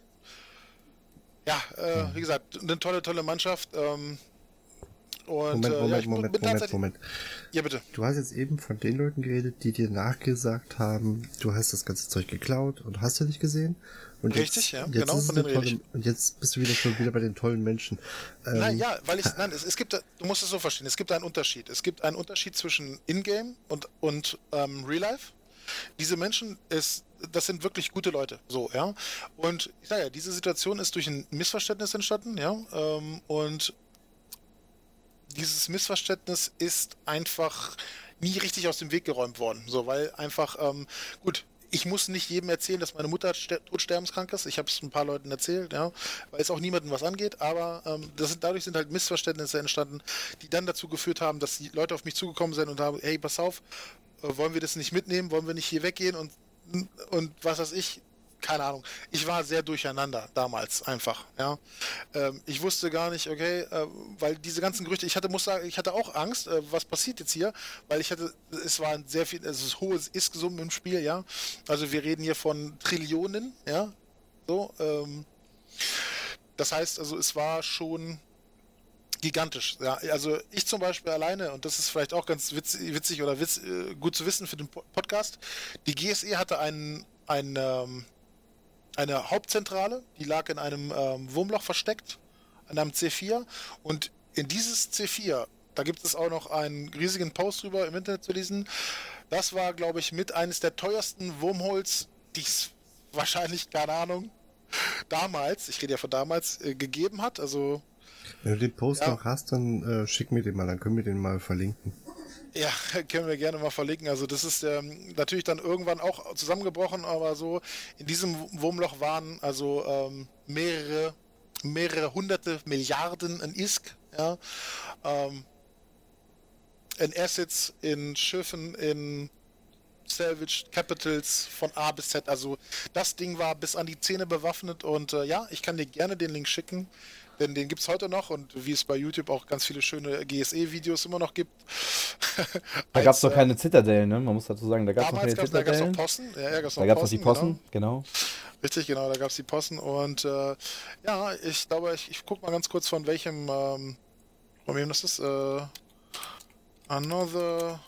Ja, äh, wie gesagt, eine tolle, tolle Mannschaft. Ähm, und, Moment, äh, Moment, ja, ich Moment, bin Moment, tatsächlich- Moment. Ja, bitte. Du hast jetzt eben von den Leuten geredet, die dir nachgesagt haben, du hast das ganze Zeug geklaut und hast du nicht gesehen. Und Richtig, jetzt, ja, jetzt genau, ist es von eine denen rede tolle, und jetzt bist du wieder schon wieder bei den tollen Menschen. Ähm, Nein, ja, weil ich, nein, es, es gibt, du musst es so verstehen, es gibt einen Unterschied. Es gibt einen Unterschied zwischen Ingame und, und ähm, Real Life. Diese Menschen, ist, das sind wirklich gute Leute, so, ja. Und ich sage ja, diese Situation ist durch ein Missverständnis entstanden, ja. Ähm, und dieses Missverständnis ist einfach nie richtig aus dem Weg geräumt worden, so, weil einfach, ähm, gut, ich muss nicht jedem erzählen, dass meine Mutter ster todsterbenskrank ist. Ich habe es ein paar Leuten erzählt, ja, weil es auch niemandem was angeht, aber ähm, das sind, dadurch sind halt Missverständnisse entstanden, die dann dazu geführt haben, dass die Leute auf mich zugekommen sind und haben, hey, pass auf, äh, wollen wir das nicht mitnehmen, wollen wir nicht hier weggehen und, und was weiß ich, keine Ahnung. Ich war sehr durcheinander damals einfach, ja. Ähm, ich wusste gar nicht, okay, äh, weil diese ganzen Gerüchte, ich hatte, muss sagen, ich hatte auch Angst, äh, was passiert jetzt hier, weil ich hatte, es waren sehr viel, es ist hohes Ist-Summen im Spiel, ja. Also wir reden hier von Trillionen, ja. So, ähm, das heißt, also es war schon gigantisch. Ja, also ich zum Beispiel alleine, und das ist vielleicht auch ganz witz, witzig oder witz, äh, gut zu wissen für den Po- Podcast, die G S E hatte einen, einen ähm, eine Hauptzentrale, die lag in einem ähm, Wurmloch versteckt, an einem C vier. Und in dieses C vier, da gibt es auch noch einen riesigen Post drüber im Internet zu lesen. Das war, glaube ich, mit eines der teuersten Wormholes, die es wahrscheinlich, keine Ahnung, damals, ich rede ja von damals, äh, gegeben hat. Also, Wenn du den Post Ja. noch hast, dann äh, schick mir den mal, dann können wir den mal verlinken. ja, können wir gerne mal verlinken. Also das ist ähm, natürlich dann irgendwann auch zusammengebrochen, aber so in diesem Wurmloch waren also ähm, mehrere, mehrere hunderte Milliarden in I S K, ja, ähm, in Assets, in Schiffen, in Salvage Capitals von A bis Z. Also das Ding war bis an die Zähne bewaffnet und äh, ja, ich kann dir gerne den Link schicken. Denn den gibt es heute noch und wie es bei YouTube auch ganz viele schöne G S E-Videos immer noch gibt. Da gab es Als, doch äh, keine Zitadellen, ne? Man muss dazu sagen, da gab es noch Damals keine gab's, da gab es noch Zitadellen. Possen. Ja, ja, gab's Da noch gab es noch die Possen, Genau. genau. Richtig, genau, da gab es die Possen. Und äh, ja, ich glaube, ich, ich guck mal ganz kurz von welchem, ähm, von wem das ist. Äh, Another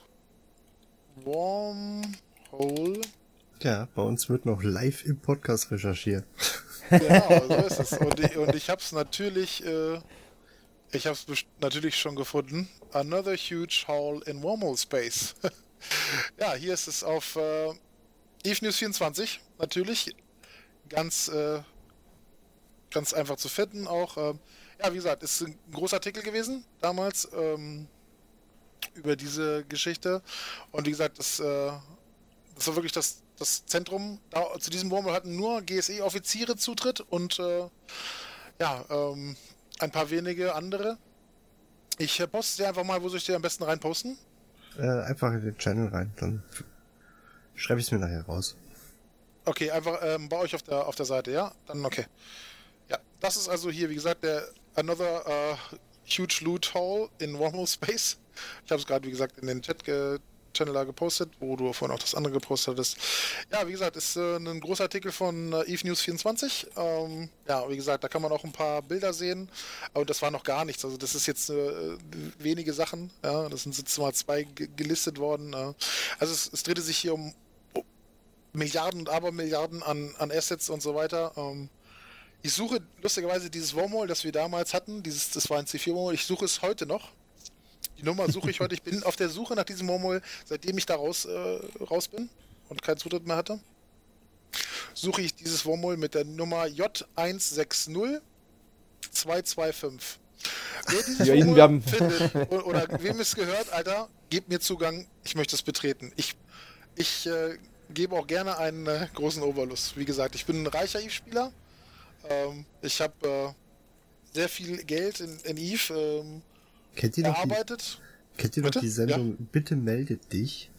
Wormhole. Ja, bei uns wird noch live im Podcast recherchiert. Genau, so ist es. Und ich, und ich habe es natürlich, äh, ich habe es natürlich schon gefunden. Another huge hole in Wormhole Space. Ja, hier ist es auf äh, Eve News vierundzwanzig, natürlich. Ganz, äh, ganz einfach zu finden auch. Ähm, ja, wie gesagt, ist ein großer Artikel gewesen damals ähm, über diese Geschichte. Und wie gesagt, das, äh, das war wirklich das, das Zentrum. Da, zu diesem Wormhole hatten nur G S E-Offiziere Zutritt und äh, ja, ähm, ein paar wenige andere. Ich äh, poste dir einfach mal, wo soll ich dir am besten reinposten? Äh, einfach in den Channel rein, dann schreibe ich es mir nachher raus. Okay, einfach ähm, bei euch auf der auf der Seite, ja? Dann okay. Ja, das ist also hier, wie gesagt, der Another uh, Huge Loot Haul in Wormhole Space. Ich habe es gerade, wie gesagt, in den Chat ge Channel da gepostet, wo du vorhin auch das andere gepostet hattest. Ja, wie gesagt, ist äh, ein großer Artikel von äh, Eve News vierundzwanzig. Ähm, ja, wie gesagt, da kann man auch ein paar Bilder sehen. Und das war noch gar nichts. Also das ist jetzt äh, wenige Sachen. Ja, das sind jetzt mal zwei ge gelistet worden. Äh. Also es, es drehte sich hier um, um Milliarden und Abermilliarden an, an Assets und so weiter. Ähm, ich suche lustigerweise dieses Wormhole, das wir damals hatten. Dieses, das war ein C vier Wormhole. Ich suche es heute noch. Die Nummer suche ich heute. Ich bin auf der Suche nach diesem Wormhole, seitdem ich da raus, äh, raus bin und keinen Zutritt mehr hatte. Suche ich dieses Wormhole mit der Nummer J eins sechs null zwei zwei fünf. Wer dieses Ja, Wormhole wir haben- findet oder, oder wem es gehört, Alter, gebt mir Zugang. Ich möchte es betreten. Ich, ich äh, gebe auch gerne einen äh, großen Oberlust. Wie gesagt, ich bin ein reicher Eve-Spieler. Ähm, ich habe äh, sehr viel Geld in, in Eve. Ähm, Kennt ihr noch die, erarbeitet. kennt ihr noch Bitte? die Sendung Bitte meldet dich?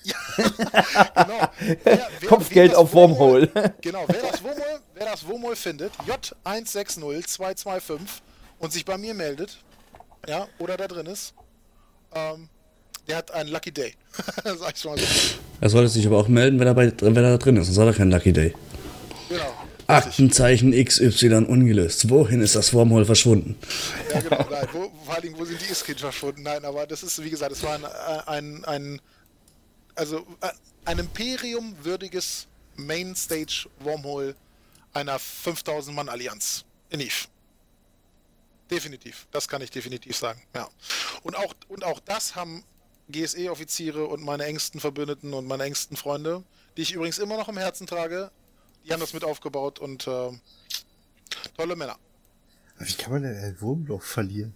Genau. Wer, wer, Kopfgeld wer das auf Wormhole. Genau, wer das Wormhole, wer das Wormhole findet, J eins sechs null zwei zwei fünf und sich bei mir meldet, ja, oder da drin ist, ähm, der hat einen Lucky Day. Sag ich mal so. Er sollte sich aber auch melden, wenn er, bei, wenn er da drin ist, sonst hat er keinen Lucky Day. Genau. Richtig. Aktenzeichen X Y ungelöst. Wohin ist das Wormhole verschwunden? Ja, genau. Nein, wo, vor allen Dingen, wo sind die Iskins verschwunden? Nein, aber das ist, wie gesagt, es war ein, ein, ein also ein Imperium-würdiges Mainstage-Wormhole einer fünftausend Mann Allianz in Eve. Definitiv. Das kann ich definitiv sagen, ja. Und auch, und auch das haben G S E-Offiziere und meine engsten Verbündeten und meine engsten Freunde, die ich übrigens immer noch im Herzen trage, die haben das mit aufgebaut und äh, tolle Männer. Wie kann man denn ein Wurmloch verlieren?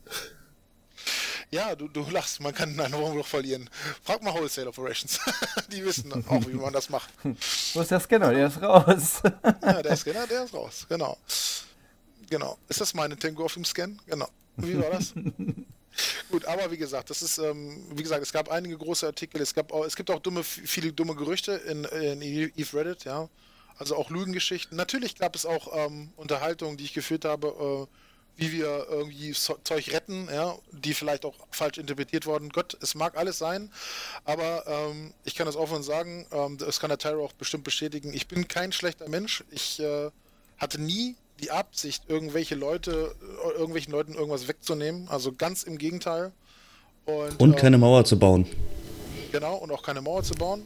Ja, du, du lachst, man kann ein Wurmloch verlieren. Frag mal Wholesale Operations. Die wissen auch, wie man das macht. Wo ist der Scanner? Der ist raus. Ja, der Scanner, der ist raus. Genau. Genau. Ist das meine Tango auf dem Scan? Genau. Wie war das? Gut, aber wie gesagt, das ist, ähm, wie gesagt, es gab einige große Artikel, es gab auch, es gibt auch dumme, viele dumme Gerüchte in, in Eve Reddit, ja. Also auch Lügengeschichten. Natürlich gab es auch ähm, Unterhaltungen, die ich geführt habe, äh, wie wir irgendwie so Zeug retten, ja, die vielleicht auch falsch interpretiert wurden. Gott, es mag alles sein, aber ähm, ich kann das offen sagen, ähm, das kann der Tyro auch bestimmt bestätigen. Ich bin kein schlechter Mensch. Ich äh, hatte nie die Absicht, irgendwelche Leute, äh, irgendwelchen Leuten irgendwas wegzunehmen. Also ganz im Gegenteil. Und, Und ähm, keine Mauer zu bauen. Genau, und auch keine Mauer zu bauen.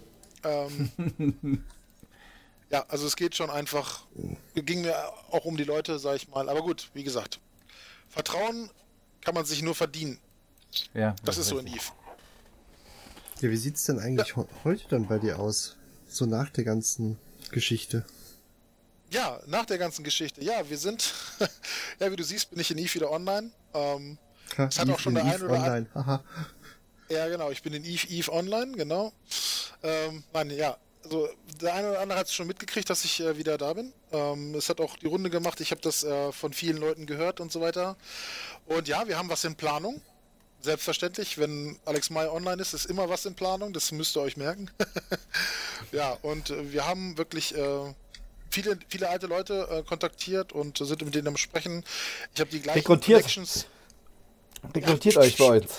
Ähm, ja, also es geht schon einfach, ging mir auch um die Leute, sag ich mal. Aber gut, wie gesagt, Vertrauen kann man sich nur verdienen. Ja, Das ist so in richtig. Eve. Ja, wie sieht's denn eigentlich ho- heute dann bei dir aus? So nach der ganzen Geschichte. Ja, nach der ganzen Geschichte. Ja, wir sind, ja, wie du siehst, bin ich in Eve wieder online. Ähm, Ha, Es hat auch schon der ein oder online. Haha. ja, genau, ich bin in Eve, Eve online, genau. Ähm, nein, ja, also der eine oder andere hat es schon mitgekriegt, dass ich äh, wieder da bin. Ähm, es hat auch die Runde gemacht, ich habe das äh, von vielen Leuten gehört und so weiter. Und ja, wir haben was in Planung. Selbstverständlich, wenn Alex May online ist, ist immer was in Planung, das müsst ihr euch merken. Ja, und äh, wir haben wirklich äh, viele, viele alte Leute äh, kontaktiert und sind mit denen am Sprechen. Ich habe die gleichen Rekrutiert. Connections. Rekrutiert euch bei uns.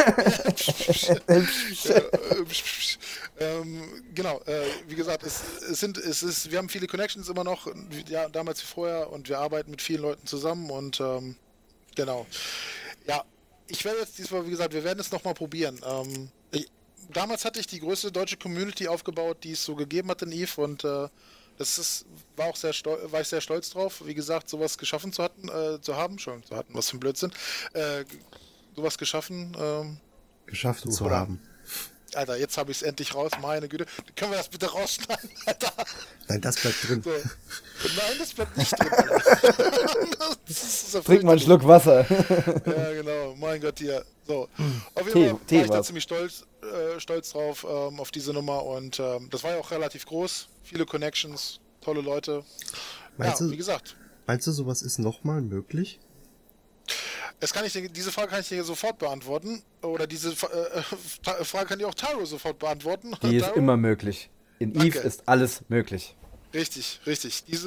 ähm, genau, äh, wie gesagt, es, es sind, es ist, wir haben viele Connections immer noch, wie- ja, damals wie vorher, und wir arbeiten mit vielen Leuten zusammen und ähm, genau. Ja, ich werde jetzt diesmal, wie gesagt, wir werden es nochmal probieren. Ähm, ich, damals hatte ich die größte deutsche Community aufgebaut, die es so gegeben hat in Eve und äh, das ist, war auch sehr stolz, war ich sehr stolz drauf, wie gesagt, sowas geschaffen zu hatten, äh, zu haben, schon zu hatten, was für ein Blödsinn, äh, sowas geschaffen, ähm, Geschafft zu Oder- haben. Alter, jetzt habe ich es endlich raus, meine Güte. Können wir das bitte rausschneiden, Alter? Nein, das bleibt drin. So. Nein, das bleibt nicht drin, Alter. Das ist so Trink mal einen fürchterlich. Schluck Wasser. Ja, genau, mein Gott, hier. So. Auf jeden Tee- Fall Tee war ich da war's. ziemlich stolz, äh, stolz drauf, ähm, auf diese Nummer und ähm, das war ja auch relativ groß. Viele Connections, tolle Leute. Meinst ja, du- wie gesagt, Meinst du, sowas ist nochmal möglich? es kann ich dir, diese Frage kann ich dir sofort beantworten. Oder diese äh, Frage kann dir auch Tyro sofort beantworten. Die ist Tyro? immer möglich. In Danke. Eve ist alles möglich. Richtig, richtig. Diese,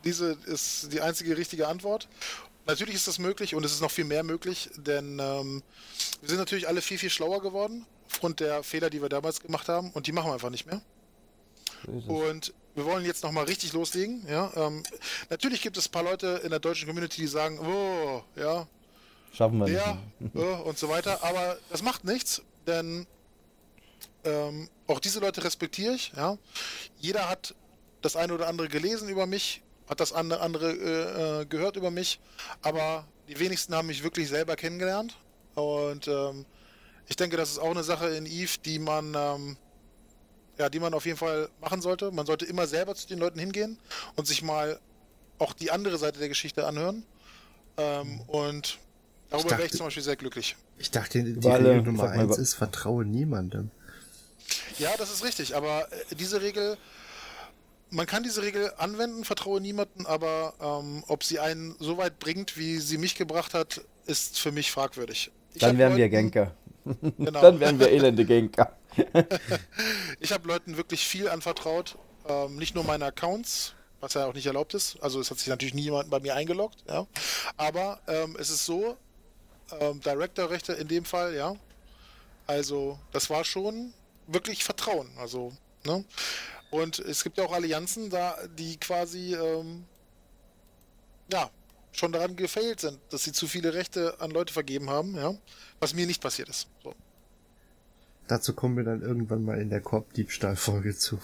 diese ist die einzige richtige Antwort. Natürlich ist das möglich und es ist noch viel mehr möglich, denn ähm, wir sind natürlich alle viel, viel schlauer geworden aufgrund der Fehler, die wir damals gemacht haben und die machen wir einfach nicht mehr. Und wir wollen jetzt nochmal richtig loslegen. Ja? Ähm, natürlich gibt es ein paar Leute in der deutschen Community, die sagen, oh, ja, Schaffen wir ja, nicht. äh, und so weiter, aber das macht nichts, denn ähm, auch diese Leute respektiere ich. Ja? Jeder hat das eine oder andere gelesen über mich, hat das andere, andere äh, gehört über mich, aber die wenigsten haben mich wirklich selber kennengelernt. Und ähm, ich denke, das ist auch eine Sache in EVE, die man, ähm, ja, die man auf jeden Fall machen sollte. Man sollte immer selber zu den Leuten hingehen und sich mal auch die andere Seite der Geschichte anhören. Ähm, und darüber wäre ich zum Beispiel sehr glücklich. Ich dachte, die Über alle, Regel Nummer sag mal, eins über- ist, vertraue niemandem. Ja, das ist richtig, aber äh, diese Regel, man kann diese Regel anwenden, vertraue niemanden, aber ähm, ob sie einen so weit bringt, wie sie mich gebracht hat, ist für mich fragwürdig. Ich Dann hab wären wir Leuten- Genker. Genau. Dann wären wir elende Genker. Ich habe Leuten wirklich viel anvertraut, ähm, nicht nur meine Accounts, was ja auch nicht erlaubt ist, also es hat sich natürlich nie jemand bei mir eingeloggt, ja, aber ähm, es ist so, ähm, Director-Rechte in dem Fall, ja, also das war schon wirklich Vertrauen, also, ne, und es gibt ja auch Allianzen, da die quasi, ähm, ja, schon daran gefailt sind, dass sie zu viele Rechte an Leute vergeben haben, ja, was mir nicht passiert ist, so. Dazu kommen wir dann irgendwann mal in der Korb-Diebstahl-Folge zu.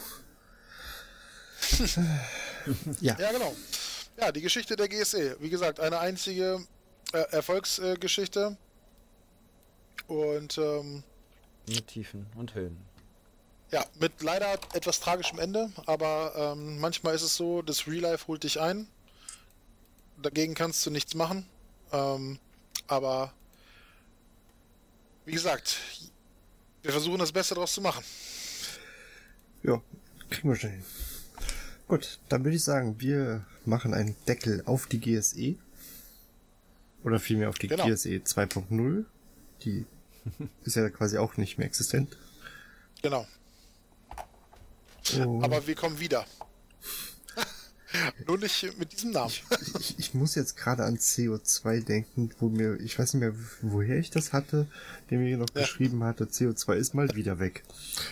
ja. Ja, genau. Ja, die Geschichte der G S E. Wie gesagt, eine einzige äh, Erfolgsgeschichte. Und ähm, Mit Tiefen und Höhen. ja, mit leider etwas tragischem Ende. Aber ähm, manchmal ist es so, das Real Life holt dich ein. Dagegen kannst du nichts machen. Ähm, aber wie gesagt, wir versuchen das Beste daraus zu machen. Ja, kriegen wir schon hin. Gut, dann würde ich sagen, wir machen einen Deckel auf die G S E. Oder vielmehr auf die Genau. G S E zwei Punkt null. Die ist ja quasi auch nicht mehr existent. Genau. Und Aber wir kommen wieder. Nur nicht mit diesem Namen. ich, ich muss jetzt gerade an C O zwei denken, wo mir, ich weiß nicht mehr, woher ich das hatte, der mir noch Ja. geschrieben hatte, C O zwei ist mal wieder weg.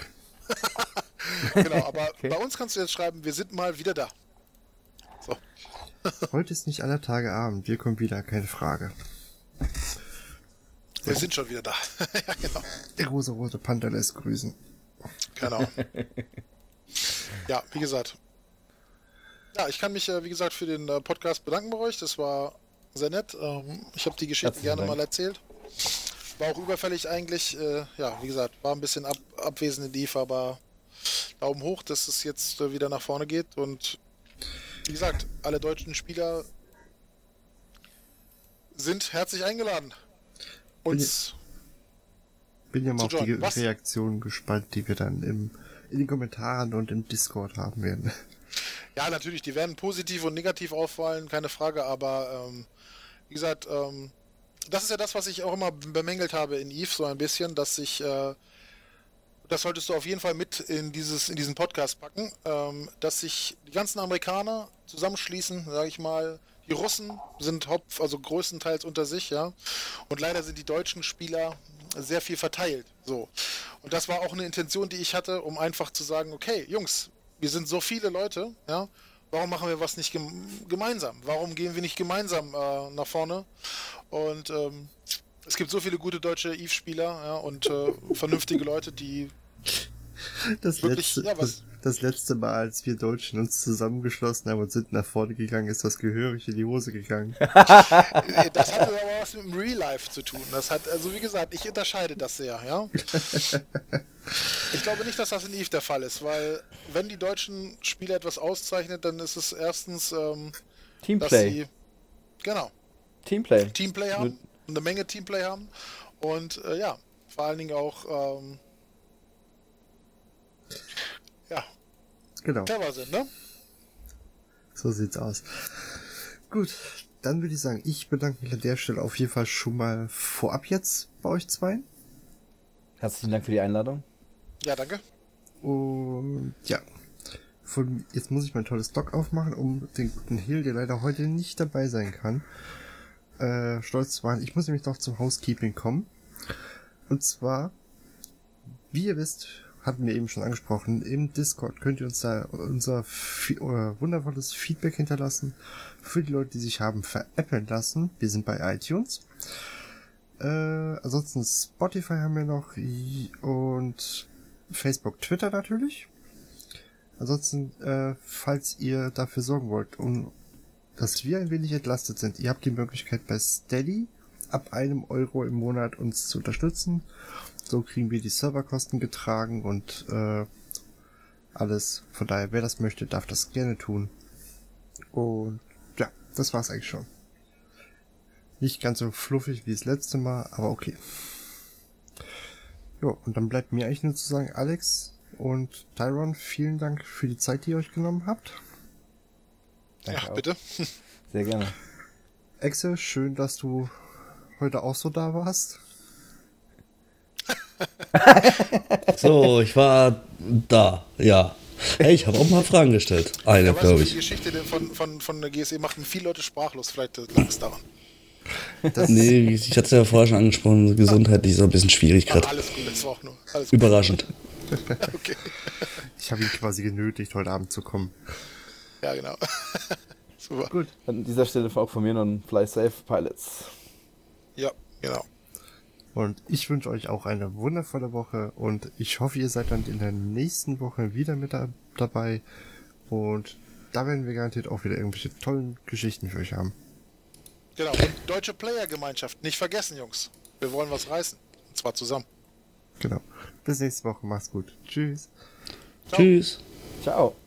Genau, aber bei uns kannst du jetzt schreiben, wir sind mal wieder da. So. Heute ist nicht aller Tage Abend, wir kommen wieder, keine Frage. Wir sind schon wieder da. Ja, genau. Der große rote Panther lässt grüßen. Genau. Ja, wie gesagt. Ja, ich kann mich, äh, wie gesagt, für den äh, Podcast bedanken bei euch. Das war sehr nett. Ähm, ich habe die Geschichte Herzlichen gerne Dank. mal erzählt. War auch überfällig eigentlich. Äh, ja, wie gesagt, war ein bisschen ab abwesend in die EVE, aber Daumen hoch, dass es jetzt äh, wieder nach vorne geht. Und wie gesagt, alle deutschen Spieler sind herzlich eingeladen. Uns Bin ja mal Zu auf die joinen. Was? Reaktionen gespannt, die wir dann im, in den Kommentaren und im Discord haben werden. Ja, natürlich, die werden positiv und negativ auffallen, keine Frage, aber ähm, wie gesagt, ähm, das ist ja das, was ich auch immer bemängelt habe in EVE, so ein bisschen, dass ich, äh, das solltest du auf jeden Fall mit in dieses in diesen Podcast packen, ähm, dass sich die ganzen Amerikaner zusammenschließen, sage ich mal. Die Russen sind haupt, also größtenteils unter sich, ja, und leider sind die deutschen Spieler sehr viel verteilt, so. Und das war auch eine Intention, die ich hatte, um einfach zu sagen, okay, Jungs, wir sind so viele Leute, ja, warum machen wir was nicht gem gemeinsam? Warum gehen wir nicht gemeinsam äh, nach vorne? Und ähm, es gibt so viele gute deutsche EVE-Spieler, ja, und äh, vernünftige Leute, die Das, Wirklich, letzte, ja, was- das, das letzte Mal, als wir Deutschen uns zusammengeschlossen haben und sind nach vorne gegangen, ist das gehörig in die Hose gegangen. das hatte aber was mit dem Real Life zu tun. Das hat, also wie gesagt, ich unterscheide das sehr, ja. Ich glaube nicht, dass das in EVE der Fall ist, weil wenn die deutschen Spieler etwas auszeichnet, dann ist es erstens, ähm, dass Teamplay. sie genau Teamplay. Teamplay haben, eine Menge Teamplay haben und äh, ja, vor allen Dingen auch ähm, ja, Genau, clever sind, ne? so sieht's aus. Gut, dann würde ich sagen, ich bedanke mich an der Stelle auf jeden Fall schon mal vorab jetzt bei euch zwei. Herzlichen Dank für die Einladung. Ja, danke. Und ja, von, jetzt muss ich mein tolles Doc aufmachen, um den guten Hill, der leider heute nicht dabei sein kann, äh, stolz zu machen. Ich muss nämlich noch zum Housekeeping kommen. Und zwar, wie ihr wisst, hatten wir eben schon angesprochen, im Discord könnt ihr uns da unser äh, wundervolles Feedback hinterlassen für die Leute, die sich haben veräppeln lassen. Wir sind bei iTunes. Äh, ansonsten Spotify haben wir noch und Facebook, Twitter natürlich. Ansonsten, äh, falls ihr dafür sorgen wollt, um, dass wir ein wenig entlastet sind, ihr habt die Möglichkeit bei Steady ab einem Euro im Monat uns zu unterstützen. So kriegen wir die Serverkosten getragen und äh, alles. Von daher, wer das möchte, darf das gerne tun. Und ja, das war's eigentlich schon. Nicht ganz so fluffig wie das letzte Mal, aber okay. Jo, und dann bleibt mir eigentlich nur zu sagen, Alex und Tyron, vielen Dank für die Zeit, die ihr euch genommen habt. Danke ja, auch. Bitte. Sehr gerne. Exe, schön, dass du heute auch so da warst. So, ich war da, ja. Hey, ich habe auch mal Fragen gestellt. Eine, ja, glaube ich. Die Geschichte von, von, von der G S E macht viele Leute sprachlos. Vielleicht lag es daran. Das nee, ich hatte es ja vorher schon angesprochen, gesundheitlich ist ein bisschen schwierig gerade. Ah, alles gut, das war auch nur. Alles Überraschend. Okay. Ich habe ihn quasi genötigt, heute Abend zu kommen. Ja, genau. Super. Gut. An dieser Stelle auch von mir noch ein Fly Safe Pilots. Ja, genau. Und ich wünsche euch auch eine wundervolle Woche und ich hoffe, ihr seid dann in der nächsten Woche wieder mit da- dabei und da werden wir garantiert auch wieder irgendwelche tollen Geschichten für euch haben. Genau, und deutsche Player-Gemeinschaft, nicht vergessen, Jungs. Wir wollen was reißen. Und zwar zusammen. Genau. Bis nächste Woche, macht's gut. Tschüss. Ciao. Tschüss. Ciao.